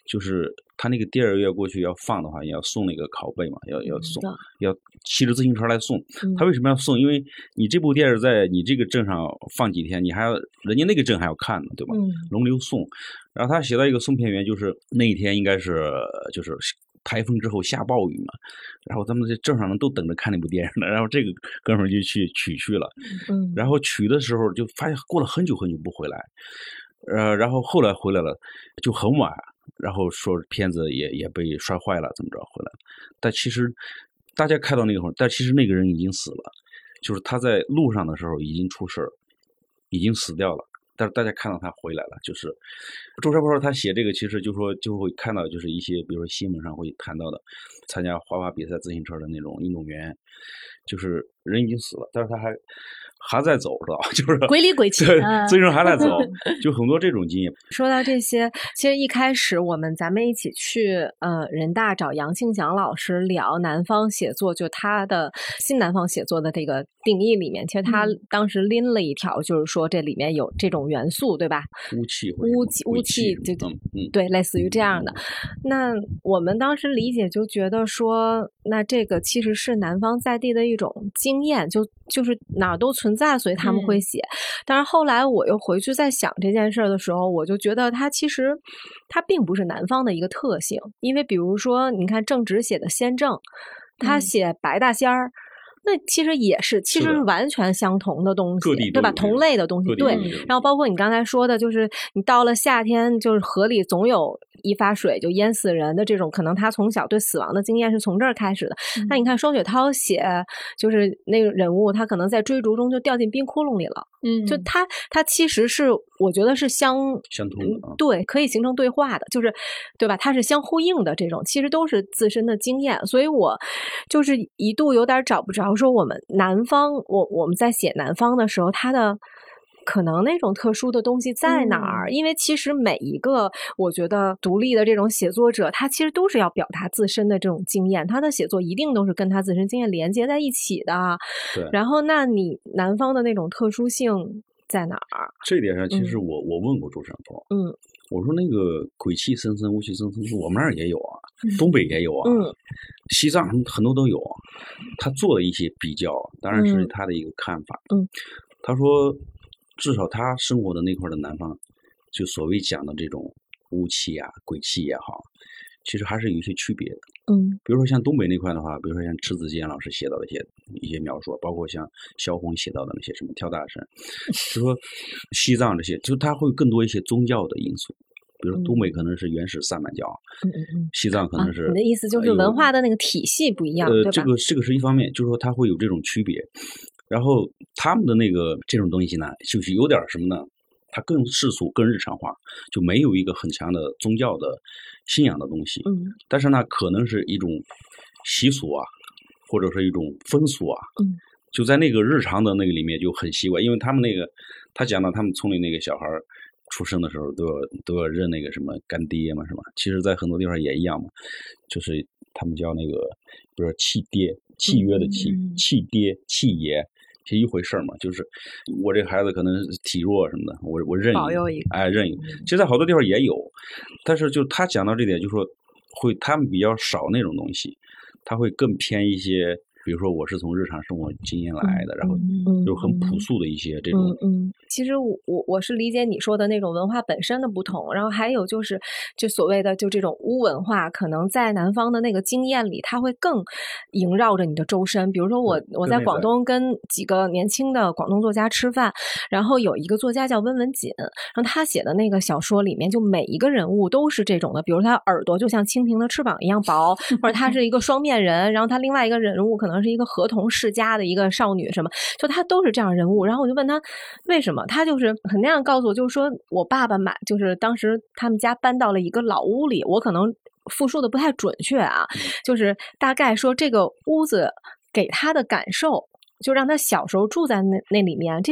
就是他那个第2个月过去要放的话，也要送那个拷贝嘛，要送，要骑着自行车来送。他为什么要送？因为你这部电影在你这个镇上放几天，你还要人家那个镇还要看呢，对吧？轮流送。然后他写到一个送片员，就是那一天应该是就是台风之后下暴雨嘛，然后咱们这镇上人都等着看那部电影呢，然后这个哥们儿就去取去了，然后取的时候就发现过了很久很久不回来，然后后来回来了就很晚，然后说片子也被摔坏了，怎么着回来了，但其实大家看到那个会儿，但其实那个人已经死了，就是他在路上的时候已经出事，已经死掉了。但是大家看到他回来了，就是周山波他写这个，其实就说就会看到，就是一些比如说新闻上会谈到的，参加滑滑比赛自行车的那种运动员，就是人已经死了，但是他还在走，知道吧？就是鬼里鬼气， 自行车还在走，就很多这种经验。 说到这些，其实一开始咱们一起去人大找杨庆祥老师聊南方写作，就他的新南方写作的这个定义里面，其实他当时拎了一条，就是说这里面有这种元素，对吧？雾气，对，类似于这样的。那我们当时理解就觉得说，那这个其实是南方在地的一种经验，就是哪儿都存在，所以他们会写。但是后来我又回去在想这件事的时候，我就觉得它其实它并不是南方的一个特性，因为比如说你看郑执写的先正，他写白大仙儿。那其实其实是完全相同的东西，对吧？同类的东西，对。然后包括你刚才说的，就是你到了夏天，就是河里总有一发水就淹死人的这种，可能他从小对死亡的经验是从这儿开始的。那你看双雪涛写，就是那个人物，他可能在追逐中就掉进冰窟窿里了。就他其实是我觉得是相通的， 对，可以形成对话的，就是对吧？它是相呼应的，这种其实都是自身的经验。所以我就是一度有点找不着说我们南方，我们在写南方的时候，它的可能那种特殊的东西在哪儿？因为其实每一个我觉得独立的这种写作者，他其实都是要表达自身的这种经验，他的写作一定都是跟他自身经验连接在一起的。 对。 然后，那你南方的那种特殊性在哪儿？ 这一点上，其实我问过周山峰，我说那个鬼气森森、雾气森森，我们那儿也有啊，东北也有啊，西藏很多都有啊。他做了一些比较，当然是他的一个看法。他说，至少他生活的那块的南方，就所谓讲的这种雾气啊、鬼气也好，其实还是有一些区别的。比如说像东北那块的话，比如说像迟子建老师写到的一些描述，包括像萧红写到的那些什么跳大神，就说西藏这些，就它会更多一些宗教的因素。比如东北可能是原始萨满教，西藏可能是。 你的意思就是文化的那个体系不一样，对吧？ 这个是一方面，就是说它会有这种区别。然后他们的那个这种东西呢，就是有点什么呢？它更世俗、更日常化，就没有一个很强的宗教的信仰的东西。但是呢，可能是一种习俗啊，或者是一种风俗啊。就在那个日常的那个里面就很习惯，因为他们那个他讲到他们村里那个小孩出生的时候都要认那个什么干爹嘛，是吧？其实，在很多地方也一样嘛，就是他们叫那个，比如说契爹、契约的契爹、契爷。是一回事嘛，就是我这孩子可能体弱什么的，我认保佑一个， 认一个。其实，在好多地方也有，但是就他讲到这点，就说他们比较少那种东西，他会更偏一些。比如说，我是从日常生活经验来的，然后就很朴素的一些这种。 其实我是理解你说的那种文化本身的不同，然后还有就所谓的就这种巫文化，可能在南方的那个经验里，它会更萦绕着你的周身。比如说我在广东跟几个年轻的广东作家吃饭，然后有一个作家叫温文锦，然后他写的那个小说里面，就每一个人物都是这种的，比如他耳朵就像蜻蜓的翅膀一样薄，或者他是一个双面人，然后他另外一个人物可能是一个合同世家的一个少女什么，就他都是这样人物。然后我就问他为什么，他就是很那样告诉我，就是说我爸爸就是当时他们家搬到了一个老屋里，我可能复述的不太准确啊，就是大概说这个屋子给他的感受，就让他小时候住在那里面，这些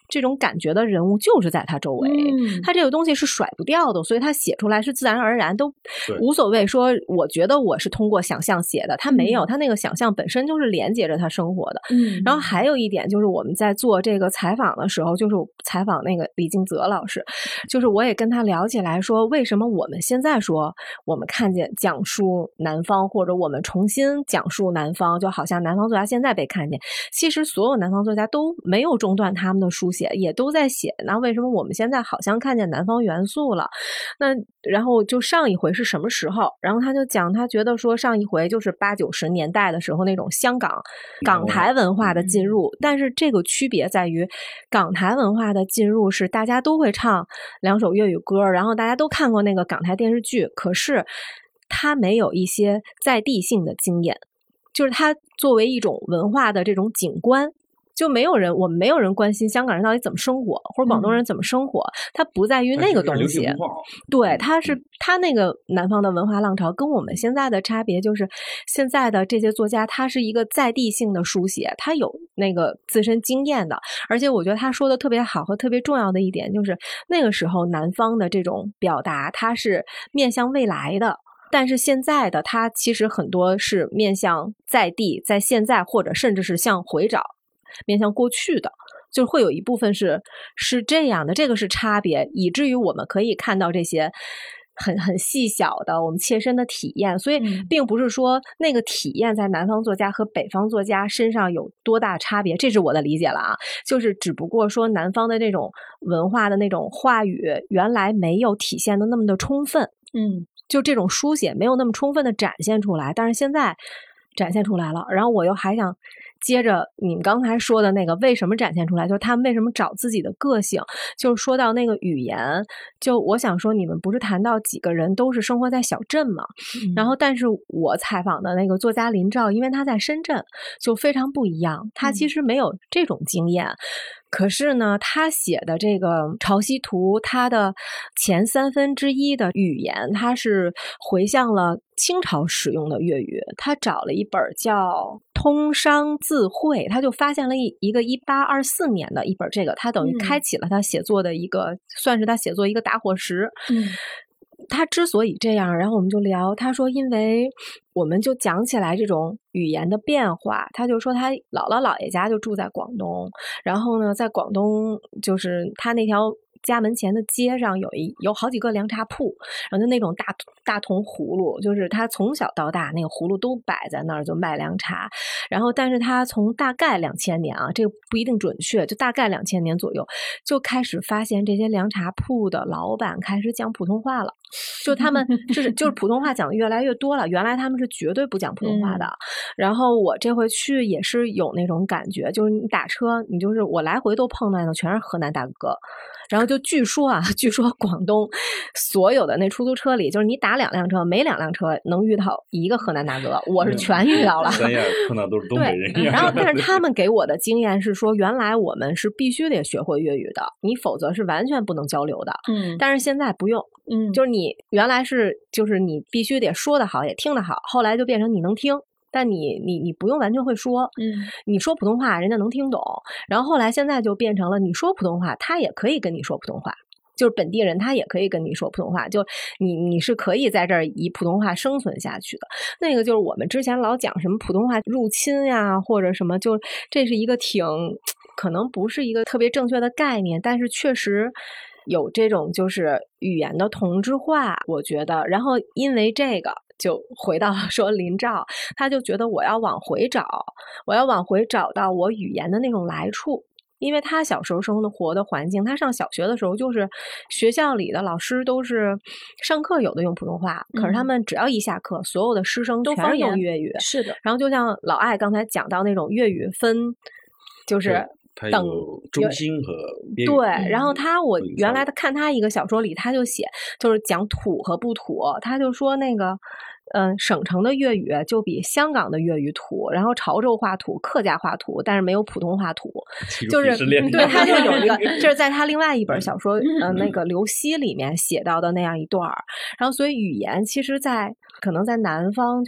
这种感觉的人物就是在他周围，他这个东西是甩不掉的，所以他写出来是自然而然，都无所谓说我觉得我是通过想象写的，他没有，他那个想象本身就是连接着他生活的。然后还有一点就是我们在做这个采访的时候，就是采访那个李敬泽老师，就是我也跟他聊起来说，为什么我们现在说我们看见讲述南方，或者我们重新讲述南方，就好像南方作家现在被看见，其实所有南方作家都没有中断他们的书写，也都在写，那为什么我们现在好像看见南方元素了？那然后就上一回是什么时候？然后他就讲，他觉得说上一回就是80、90年代的时候那种香港港台文化的进入，但是这个区别在于港台文化的进入是大家都会唱2首粤语歌，然后大家都看过那个港台电视剧，可是他没有一些在地性的经验，就是他作为一种文化的这种景观，就没有人，我们没有人关心香港人到底怎么生活，或者广东人怎么生活，它不在于那个东西。对，他那个南方的文化浪潮跟我们现在的差别就是，现在的这些作家他是一个在地性的书写，他有那个自身经验的，而且我觉得他说的特别好和特别重要的一点就是，那个时候南方的这种表达，它是面向未来的。但是现在的它其实很多是面向在地，在现在，或者甚至是向回找，面向过去的，就会有一部分是这样的，这个是差别，以至于我们可以看到这些很细小的我们切身的体验，所以并不是说那个体验在南方作家和北方作家身上有多大差别，这是我的理解了啊，就是只不过说南方的那种文化的那种话语原来没有体现的那么的充分，就这种书写没有那么充分的展现出来，但是现在展现出来了。然后我又还想接着你们刚才说的那个为什么展现出来，就是他们为什么找自己的个性，就是说到那个语言，就我想说你们不是谈到几个人都是生活在小镇吗？然后但是我采访的那个作家林兆，因为他在深圳就非常不一样，他其实没有这种经验，可是呢他写的这个《潮汐图》，他的前1/3的语言他是回向了清朝使用的粤语，他找了一本叫《通商字汇》，他就发现了一个1824年的一本，这个他等于开启了他写作的一个，算是他写作一个打火石。他之所以这样，然后我们就聊，他说因为我们就讲起来这种语言的变化，他就说他姥姥姥爷家就住在广东，然后呢在广东就是他那条家门前的街上有好几个凉茶铺，然后就那种大铜葫芦，就是他从小到大那个葫芦都摆在那儿就卖凉茶，然后但是他从大概2000年啊，这个不一定准确，就大概2000年左右就开始发现这些凉茶铺的老板开始讲普通话了，就他们就是普通话讲的越来越多了，原来他们是绝对不讲普通话的。然后我这回去也是有那种感觉，就是你打车，你就是我来回都碰到的全是河南大哥，然后就据说广东所有的那出租车里，就是你打2辆车，每2辆车能遇到一个河南大哥，我是全遇到了。 三亚碰到都是东北人。 然后但是他们给我的经验是说，原来我们是必须得学会粤语的，你否则是完全不能交流的。但是现在不用。就是你原来就是你必须得说得好也听得好，后来就变成你能听，但你不用完全会说，你说普通话人家能听懂，然后后来现在就变成了你说普通话他也可以跟你说普通话，就是本地人他也可以跟你说普通话，就你是可以在这儿以普通话生存下去的。那个就是我们之前老讲什么普通话入侵呀或者什么，就这是一个可能不是一个特别正确的概念，但是确实有这种就是语言的同质化，我觉得。然后因为这个就回到说林兆，他就觉得我要往回找到我语言的那种来处，因为他小时候生活的环境，他上小学的时候就是学校里的老师都是上课有的用普通话，可是他们只要一下课，所有的师生全是用粤语。是的。然后就像老艾刚才讲到那种粤语分，就是它有中心和边对，然后我原来看他一个小说里，他就写就是讲土和不土，他就说那个省城的粤语就比香港的粤语土，然后潮州话土、客家话土，但是没有普通话土，就是对，他就有一个，这是在他另外一本小说那个刘熙里面写到的那样一段。然后所以语言其实可能在南方就是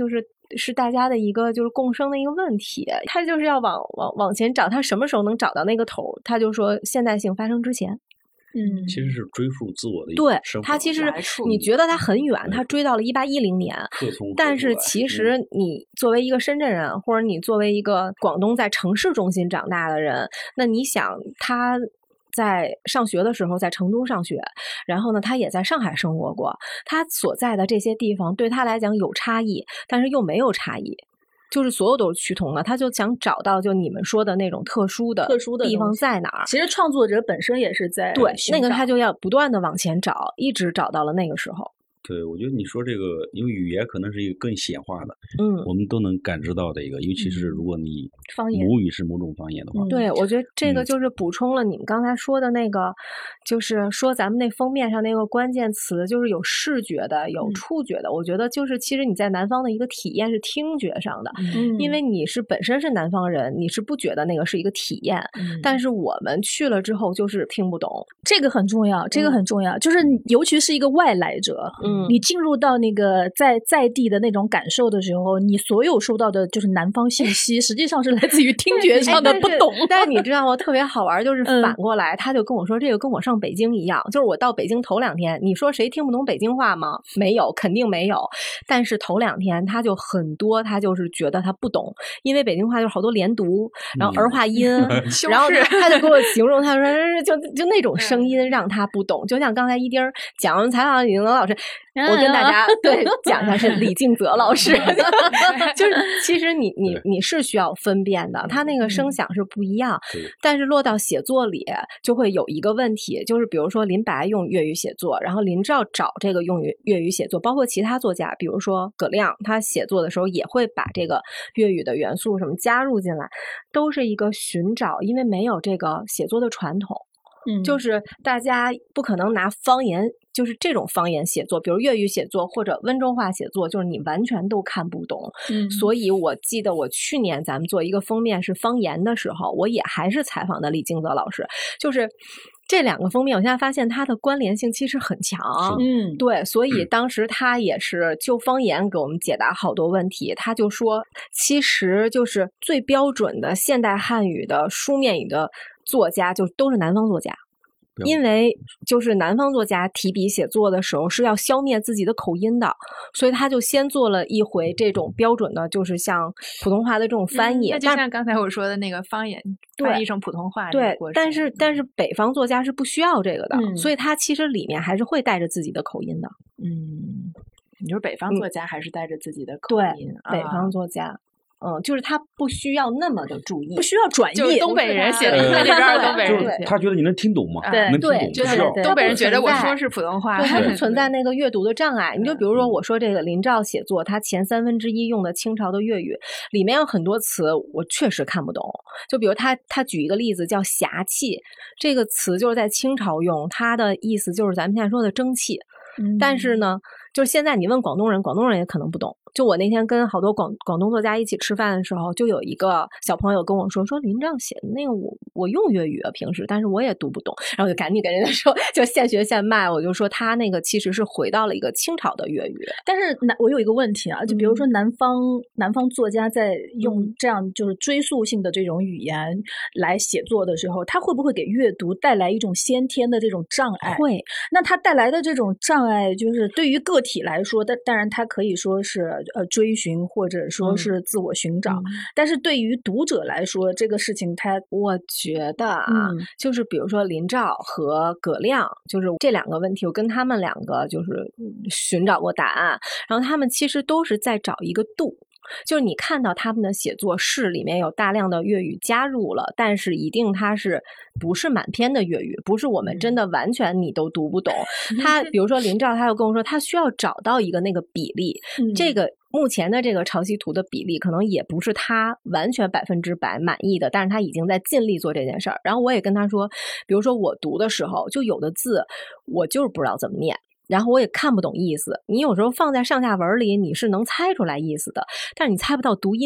是大家的一个就是共生的一个问题，他就是要往前找，他什么时候能找到那个头？他就说现代性发生之前。 其实是追溯自我的一对个生活。 他其实你觉得他很远，他追到了1810年，但是其实你作为一个深圳人，或者你作为一个广东在城市中心长大的人，那你想他在上学的时候在成都上学，然后呢他也在上海生活过，他所在的这些地方对他来讲有差异，但是又没有差异，就是所有都是趋同的，他就想找到就你们说的那种特殊的地方在哪儿。 其实创作者本身也是在对那个他就要不断的往前找，一直找到了那个时候。 对，我觉得你说这个，因为语言可能是一个更显化的，我们都能感知到的一个，尤其是如果你母语是某种方言的话， 对，我觉得这个就是补充了你们刚才说的那个，就是说咱们那封面上那个关键词，就是有视觉的，有触觉的。我觉得就是其实你在南方的一个体验是听觉上的，因为你是本身是南方人，你是不觉得那个是一个体验，但是我们去了之后就是听不懂， 这个很重要，这个很重要，就是尤其是一个外来者，你进入到那个在地的那种感受的时候，你所有收到的就是南方信息，实际上是来自于听觉上的不懂。 但是你知道吗？特别好玩，就是反过来，他就跟我说，这个跟我上北京一样，就是我到北京头2天，你说谁听不懂北京话吗？没有，肯定没有。但是头2天他就很多，他就是觉得他不懂，因为北京话就是好多连读，然后儿化音，然后他就给我形容，他说就那种声音让他不懂，就像刚才一丁讲完采访李静泽老师。我跟大家对讲一下是李静泽老师，就是其实你是需要分辨的，他那个声响是不一样，但是落到写作里就会有一个问题，就是比如说林白用粤语写作，然后林兆找这个用粤语写作，包括其他作家，比如说葛亮，他写作的时候也会把这个粤语的元素什么加入进来，都是一个寻找，因为没有这个写作的传统。就是大家不可能拿方言，就是这种方言写作，比如粤语写作或者温州话写作，就是你完全都看不懂。所以我记得我去年咱们做一个封面是方言的时候，我也还是采访的李静泽老师，就是这2个封面，我现在发现它的关联性其实很强。对，所以当时他也是就方言给我们解答好多问题。他就说，其实就是最标准的现代汉语的书面语的作家，就都是南方作家。因为就是南方作家提笔写作的时候是要消灭自己的口音的，所以他就先做了一回这种标准的，就是像普通话的这种翻译。 那就像刚才我说的那个方言翻译成普通话对，但是北方作家是不需要这个的，所以他其实里面还是会带着自己的口音的。 你说北方作家还是带着自己的口音？ 对，北方作家。就是他不需要那么的注意， 不需要转译。 就是东北人写的，那边的东北人写的， 他觉得你能听懂吗？ 对对， 就是东北人觉得我说是普通话， 他不存在那个阅读的障碍。你就比如说我说这个林兆写作，他前1/3用的清朝的粤语，里面有很多词我确实看不懂。就比如他举一个例子叫侠气，这个词就是在清朝用，它的意思就是咱们现在说的争气。但是呢，就是现在你问广东人，广东人也可能不懂。就我那天跟好多广东作家一起吃饭的时候，就有一个小朋友跟我说林兆写的那个我用粤语啊平时，但是我也读不懂，然后就赶紧跟人家说，就现学现卖。我就说他那个其实是回到了一个清朝的粤语。 但是我有一个问题啊，就比如说南方作家在用这样就是追溯性的这种语言来写作的时候，他会不会给阅读带来一种先天的这种障碍？ 会。 那他带来的这种障碍，就是对于个体来说，当然他可以说是追寻或者说是自我寻找，但是对于读者来说，这个事情我觉得啊，就是比如说林兆和葛亮，就是这2个问题，我跟他们2个就是寻找过答案，然后他们其实都是在找一个度。就是你看到他们的写作是里面有大量的粤语加入了，但是一定它是不是满篇的粤语，不是我们真的完全你都读不懂。他比如说林兆，他又跟我说他需要找到一个那个比例，这个目前的这个潮汐图的比例可能也不是他完全100%满意的，但是他已经在尽力做这件事儿。然后我也跟他说，比如说我读的时候，就有的字我就是不知道怎么念，然后我也看不懂意思。你有时候放在上下文里，你是能猜出来意思的，但是你猜不到读音。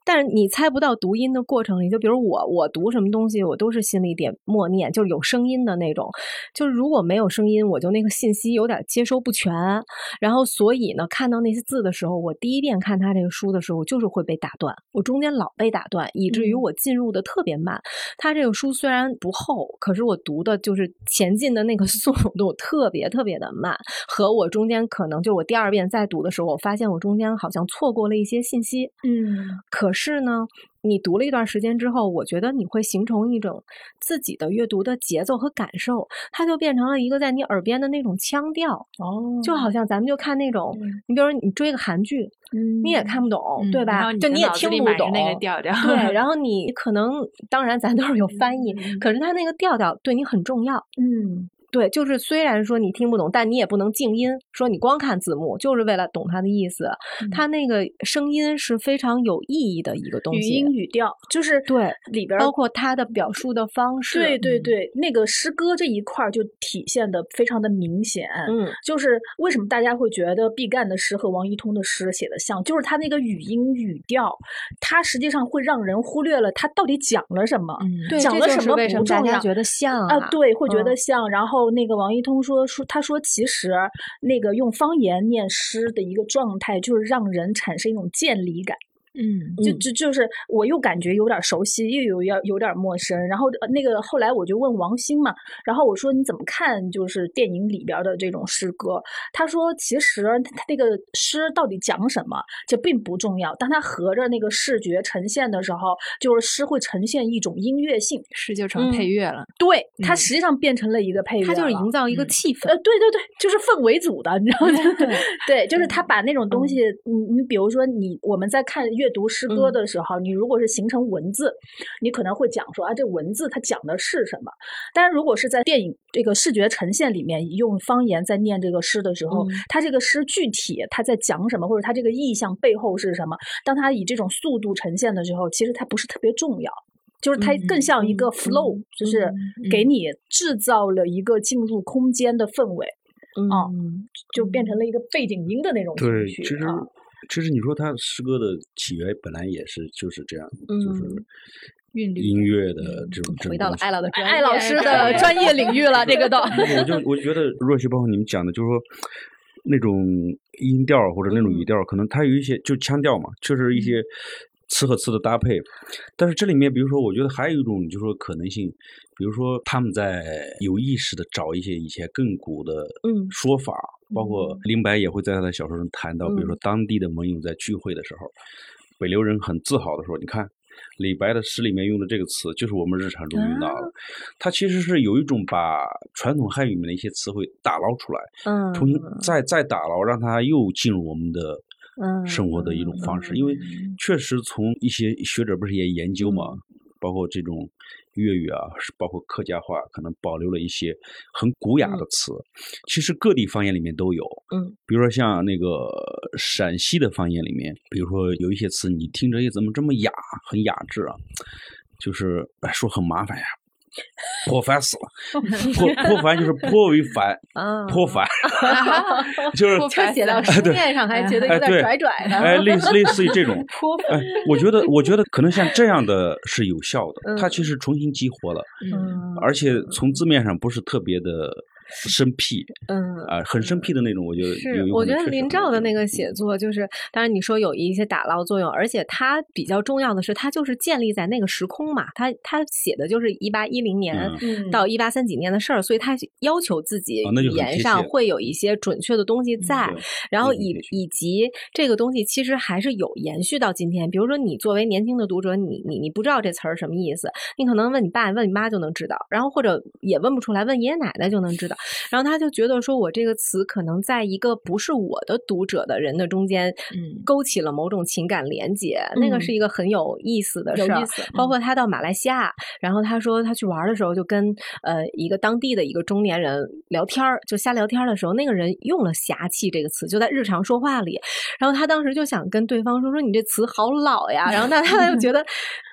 但是你猜不到读音的过程里，就比如我读什么东西，我都是心里点默念，就是有声音的那种。就是如果没有声音，我就那个信息有点接收不全。然后所以呢，看到那些字的时候，我第一遍看他这个书的时候，就是会被打断，我中间老被打断，以至于我进入的特别慢。他这个书虽然不厚，可是我读的就是前进的那个速度特别特别的慢，和我中间可能就我第二遍再读的时候，我发现我中间好像错过了一些信息。可是呢，你读了一段时间之后，我觉得你会形成一种自己的阅读的节奏和感受，它就变成了一个在你耳边的那种腔调。就好像咱们就看那种，你比如说你追个韩剧，你也看不懂，对吧？就你也听不懂那个调调。 对，然后你可能，当然咱都是有翻译，可是它那个调调对你很重要。对，就是虽然说你听不懂，但你也不能静音，说你光看字幕就是为了懂它的意思。它那个声音是非常有意义的一个东西， 语音语调就是对里边包括它的表述的方式。 对，那个诗歌这一块就体现的非常的明显。就是为什么大家会觉得毕赣的诗和王一通的诗写的像，就是他那个语音语调，它实际上会让人忽略了他到底讲了什么，讲了什么不重要， 为什么大家觉得像啊？ 对，会觉得像。然后那个王一通他说其实那个用方言念诗的一个状态，就是让人产生一种渐离感。就是我又感觉有点熟悉，又有点陌生。然后那个后来我就问王兴嘛，然后我说你怎么看就是电影里边的这种诗歌？他说其实他那个诗到底讲什么这并不重要，当他合着那个视觉呈现的时候，就是诗会呈现一种音乐性， 诗就成配乐了。 对，它实际上变成了一个配乐， 它就是营造一个气氛。 对，就是氛围组的，你知道吗？对，就是他把那种东西，你比如说我们在看阅读诗歌的时候，你如果是形成文字，你可能会讲说啊，这文字它讲的是什么？但是如果是在电影这个视觉呈现里面用方言在念这个诗的时候，它这个诗具体它在讲什么，或者它这个意象背后是什么？当它以这种速度呈现的时候，其实它不是特别重要。就是它更像一个 flow，就是给你制造了一个进入空间的氛围，就变成了一个背景音的那种情绪。 对，其实你说它诗歌的起源本来也是就是这样，就是音乐的这种。 回到了艾老师的专业领域了，这个都。 我觉得若曦包括你们讲的，就是说那种音调或者那种语调，可能它有一些就腔调嘛，就是一些词和词的搭配。但是这里面比如说我觉得还有一种就是说可能性，比如说他们在有意识的找一些以前亘古的说法，包括林白也会在他的小说中谈到，比如说当地的盟友在聚会的时候，北流人很自豪的说，你看李白的诗里面用的这个词就是我们日常中用到的。它其实是有一种把传统汉语里面的一些词汇打捞出来，重新再打捞，让它又进入我们的生活的一种方式。因为确实从一些学者不是也研究嘛，包括这种粤语啊，包括客家话，可能保留了一些很古雅的词。其实各地方言里面都有，比如说像那个陕西的方言里面，比如说有一些词你听着怎么这么雅，很雅致啊，就是说很麻烦呀。颇烦死了，颇烦就是颇为烦，颇烦，就是写到书面上还觉得有点拽拽的， 类似于这种颇烦。我觉得可能像这样的是有效的，它其实重新激活了，而且从字面上不是特别的生僻，很生僻的那种，我觉得有。 我觉得林兆的那个写作，就是当然你说有一些打捞作用，而且它比较重要的是，它就是建立在那个时空嘛，他写的就是1810年到1830几年的事儿，所以他要求自己语言上会有一些准确的东西在，然后以及这个东西其实还是有延续到今天。比如说你作为年轻的读者，你不知道这词儿什么意思，你可能问你爸问你妈就能知道，然后或者也问不出来，问爷爷奶奶就能知道。然后他就觉得说我这个词可能在一个不是我的读者的人的中间勾起了某种情感连结，那个是一个很有意思的事儿。包括他到马来西亚，然后他说他去玩的时候就跟一个当地的一个中年人聊天，就瞎聊天的时候，那个人用了侠气这个词，就在日常说话里，然后他当时就想跟对方说你这词好老呀，然后他就觉得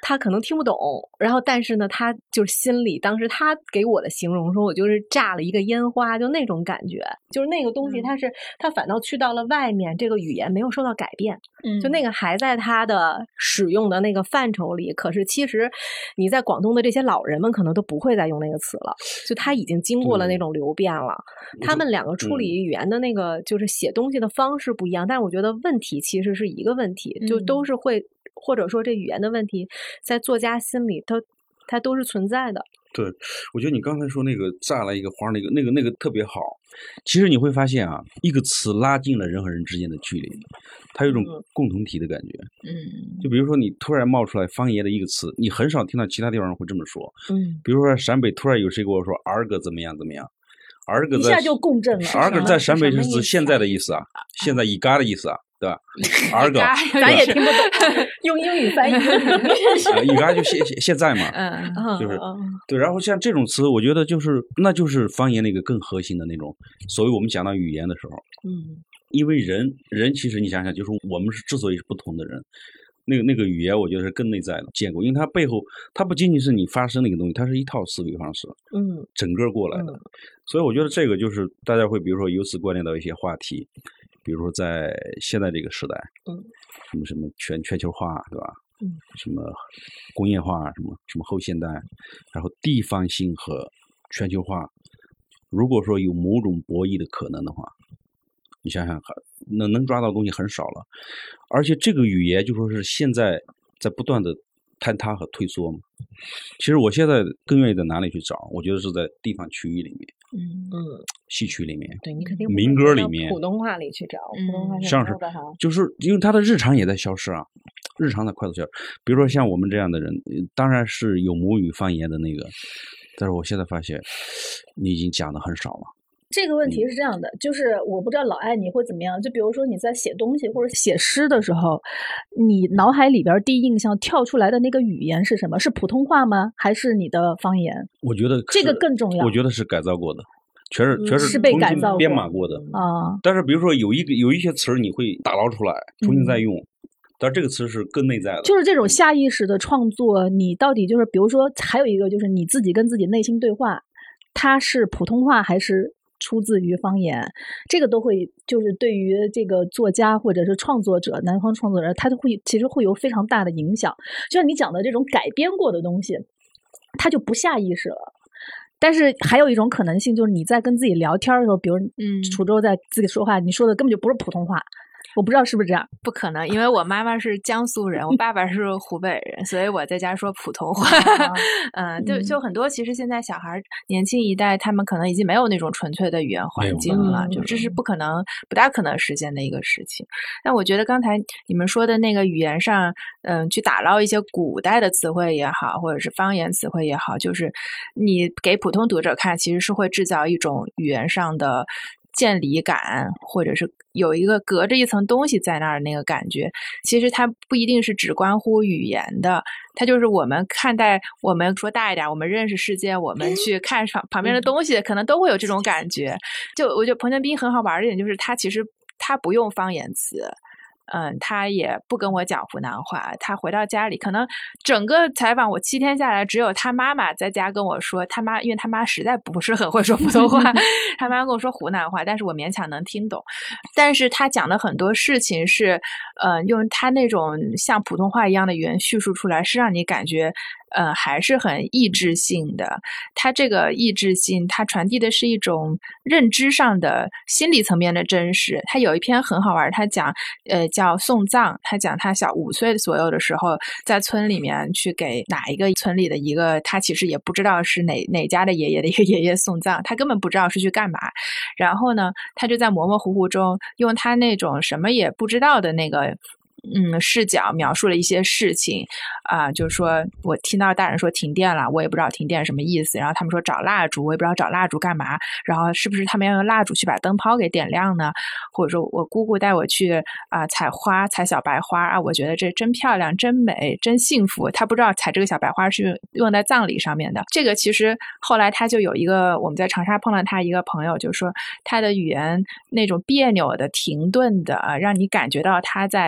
他可能听不懂，然后但是呢，他就是心里当时他给我的形容说，我就是炸了一个烟花，就那种感觉，就是那个东西他反倒去到了外面，这个语言没有受到改变，就那个还在他的使用的那个范畴里，可是其实你在广东的这些老人们可能都不会再用那个词了，就他已经经过了那种流变了。他们两个处理语言的那个就是写东西的方式不一样，但是我觉得问题其实是一个问题，就都是会或者说这语言的问题在作家心里它都是存在的。 对，我觉得你刚才说那个炸了一个花，那个特别好。其实你会发现啊，一个词拉近了人和人之间的距离，它有一种共同体的感觉。就比如说你突然冒出来方言的一个词，你很少听到其他地方人会这么说。比如说陕北突然有谁跟我说儿个怎么样怎么样，儿个一下就共振了。 儿个在陕北是指现在的意思啊，现在一嘎的意思啊。对吧？儿个咱也听不懂，用英语翻译。 一嘎就现在嘛，就是对。然后像这种词，我觉得那就是方言那个更核心的那种。所以我们讲到语言的时候，因为人其实你想想，就是我们之所以是不同的人，那个语言我觉得是更内在的建构，因为它背后它不仅仅是你发声的一个东西，它是一套思维方式，整个过来的。所以我觉得这个就是大家会比如说由此关联到一些话题。比如说在现在这个时代，什么全球化，对吧？什么工业化，什么后现代，然后地方性和全球化，如果说有某种博弈的可能的话，你想想，能抓到的东西很少了。而且这个语言就说是现在在不断的坍塌和退缩嘛。其实我现在更愿意在哪里去找？我觉得是在地方区域里面。戏曲里面， 对你肯定民歌里面， 普通话里去找，普通话像是就是因为他的日常也在消失啊，日常在快速消失。比如说像我们这样的人，当然是有母语方言的那个，但是我现在发现你已经讲的很少了。 这个问题是这样的，就是我不知道老艾你会怎么样，就比如说你在写东西或者写诗的时候，你脑海里边第一印象跳出来的那个语言是什么？是普通话吗？还是你的方言？ 我觉得这个更重要。 我觉得是改造过的，全是被改造过、 编码过的啊。 但是比如说有一些词你会打捞出来，重新再用。但这个词是更内在的， 就是这种下意识的创作，你到底就是比如说还有一个就是你自己跟自己内心对话，它是普通话还是出自于方言，这个都会就是对于这个作家或者是创作者，南方创作者，他其实会有非常大的影响。就像你讲的这种改编过的东西，它就不下意识了。但是还有一种可能性，就是你在跟自己聊天的时候，比如楚州在自己说话，你说的根本就不是普通话。我不知道是不是这样， 不可能，因为我妈妈是江苏人，我爸爸是湖北人，所以我在家说普通话。就很多，其实现在小孩年轻一代，他们可能已经没有那种纯粹的语言环境了，就这是不大可能实现的一个事情。但我觉得刚才你们说的那个语言上，去打捞一些古代的词汇也好，或者是方言词汇也好，就是你给普通读者看，其实是会制造一种语言上的渐离感，或者是有一个隔着一层东西在那儿那个感觉，其实它不一定是只关乎语言的，它就是我们看待，我们说大一点，我们认识世界，我们去看旁边的东西，可能都会有这种感觉。就我觉得彭建斌很好玩的一点就是，他其实他不用方言词。他也不跟我讲湖南话，他回到家里，可能整个采访我7天下来，只有他妈妈在家跟我说，因为他妈实在不是很会说普通话，他妈跟我说湖南话，但是我勉强能听懂。但是他讲的很多事情是，用他那种像普通话一样的语言叙述出来，是让你感觉还是很意志性的。他这个意志性，他传递的是一种认知上的心理层面的真实。他有一篇很好玩，他讲叫送葬，他讲他小5岁左右的时候，在村里面去给哪一个村里的一个他其实也不知道是哪家的爷爷的一个爷爷送葬，他根本不知道是去干嘛。然后呢，他就在模模糊糊中用他那种什么也不知道的那个视角描述了一些事情就是说我听到大人说停电了，我也不知道停电什么意思，然后他们说找蜡烛，我也不知道找蜡烛干嘛，然后是不是他们要用蜡烛去把灯泡给点亮呢？或者说我姑姑带我去采花，采小白花我觉得这真漂亮，真美，真幸福。他不知道采这个小白花是用在葬礼上面的。这个其实后来他就有一个，我们在长沙碰到他一个朋友，就说他的语言那种别扭的停顿的让你感觉到他在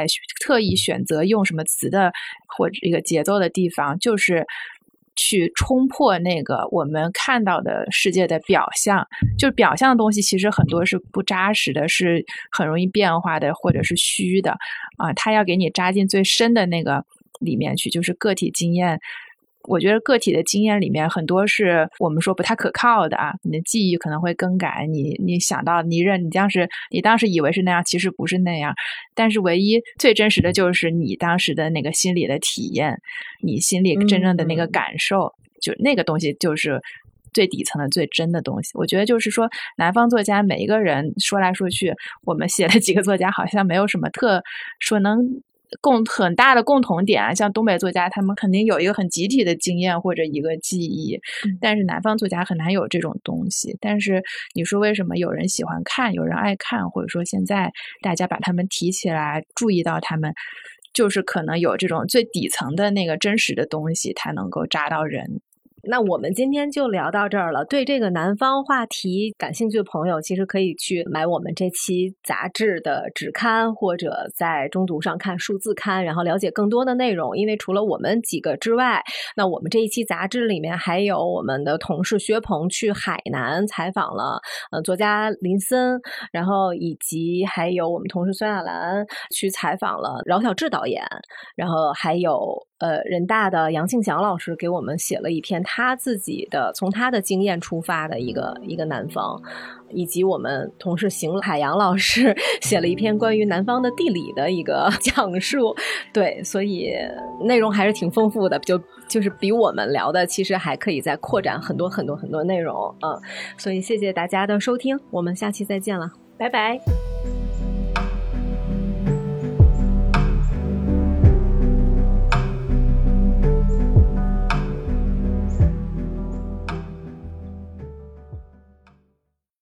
特意选择用什么词的或者一个节奏的地方，就是去冲破那个我们看到的世界的表象，就是表象的东西其实很多是不扎实的，是很容易变化的，或者是虚的啊。它要给你扎进最深的那个里面去，就是个体经验。我觉得个体的经验里面很多是我们说不太可靠的啊，你的记忆可能会更改，你想到你当时以为是那样，其实不是那样。但是唯一最真实的就是你当时的那个心理的体验，你心里真正的那个感受，就那个东西就是最底层的最真的东西。我觉得就是说南方作家每一个人说来说去，我们写的几个作家好像没有什么特说能很大的共同点啊，像东北作家他们肯定有一个很集体的经验或者一个记忆，但是南方作家很难有这种东西。但是你说为什么有人喜欢看，有人爱看，或者说现在大家把他们提起来注意到他们，就是可能有这种最底层的那个真实的东西它能够扎到人。 那我们今天就聊到这儿了。对这个南方话题感兴趣的朋友，其实可以去买我们这期杂志的纸刊，或者在中读上看数字刊，然后了解更多的内容。因为除了我们几个之外，那我们这一期杂志里面还有我们的同事薛鹏去海南采访了作家林森，然后以及还有我们同事孙亚兰去采访了饶晓志导演，然后还有人大的杨庆祥老师给我们写了一篇他自己的从他的经验出发的一个南方，以及我们同事邢海洋老师写了一篇关于南方的地理的一个讲述。对，所以内容还是挺丰富的，就是比我们聊的其实还可以再扩展很多很多很多内容。所以谢谢大家的收听，我们下期再见了，拜拜。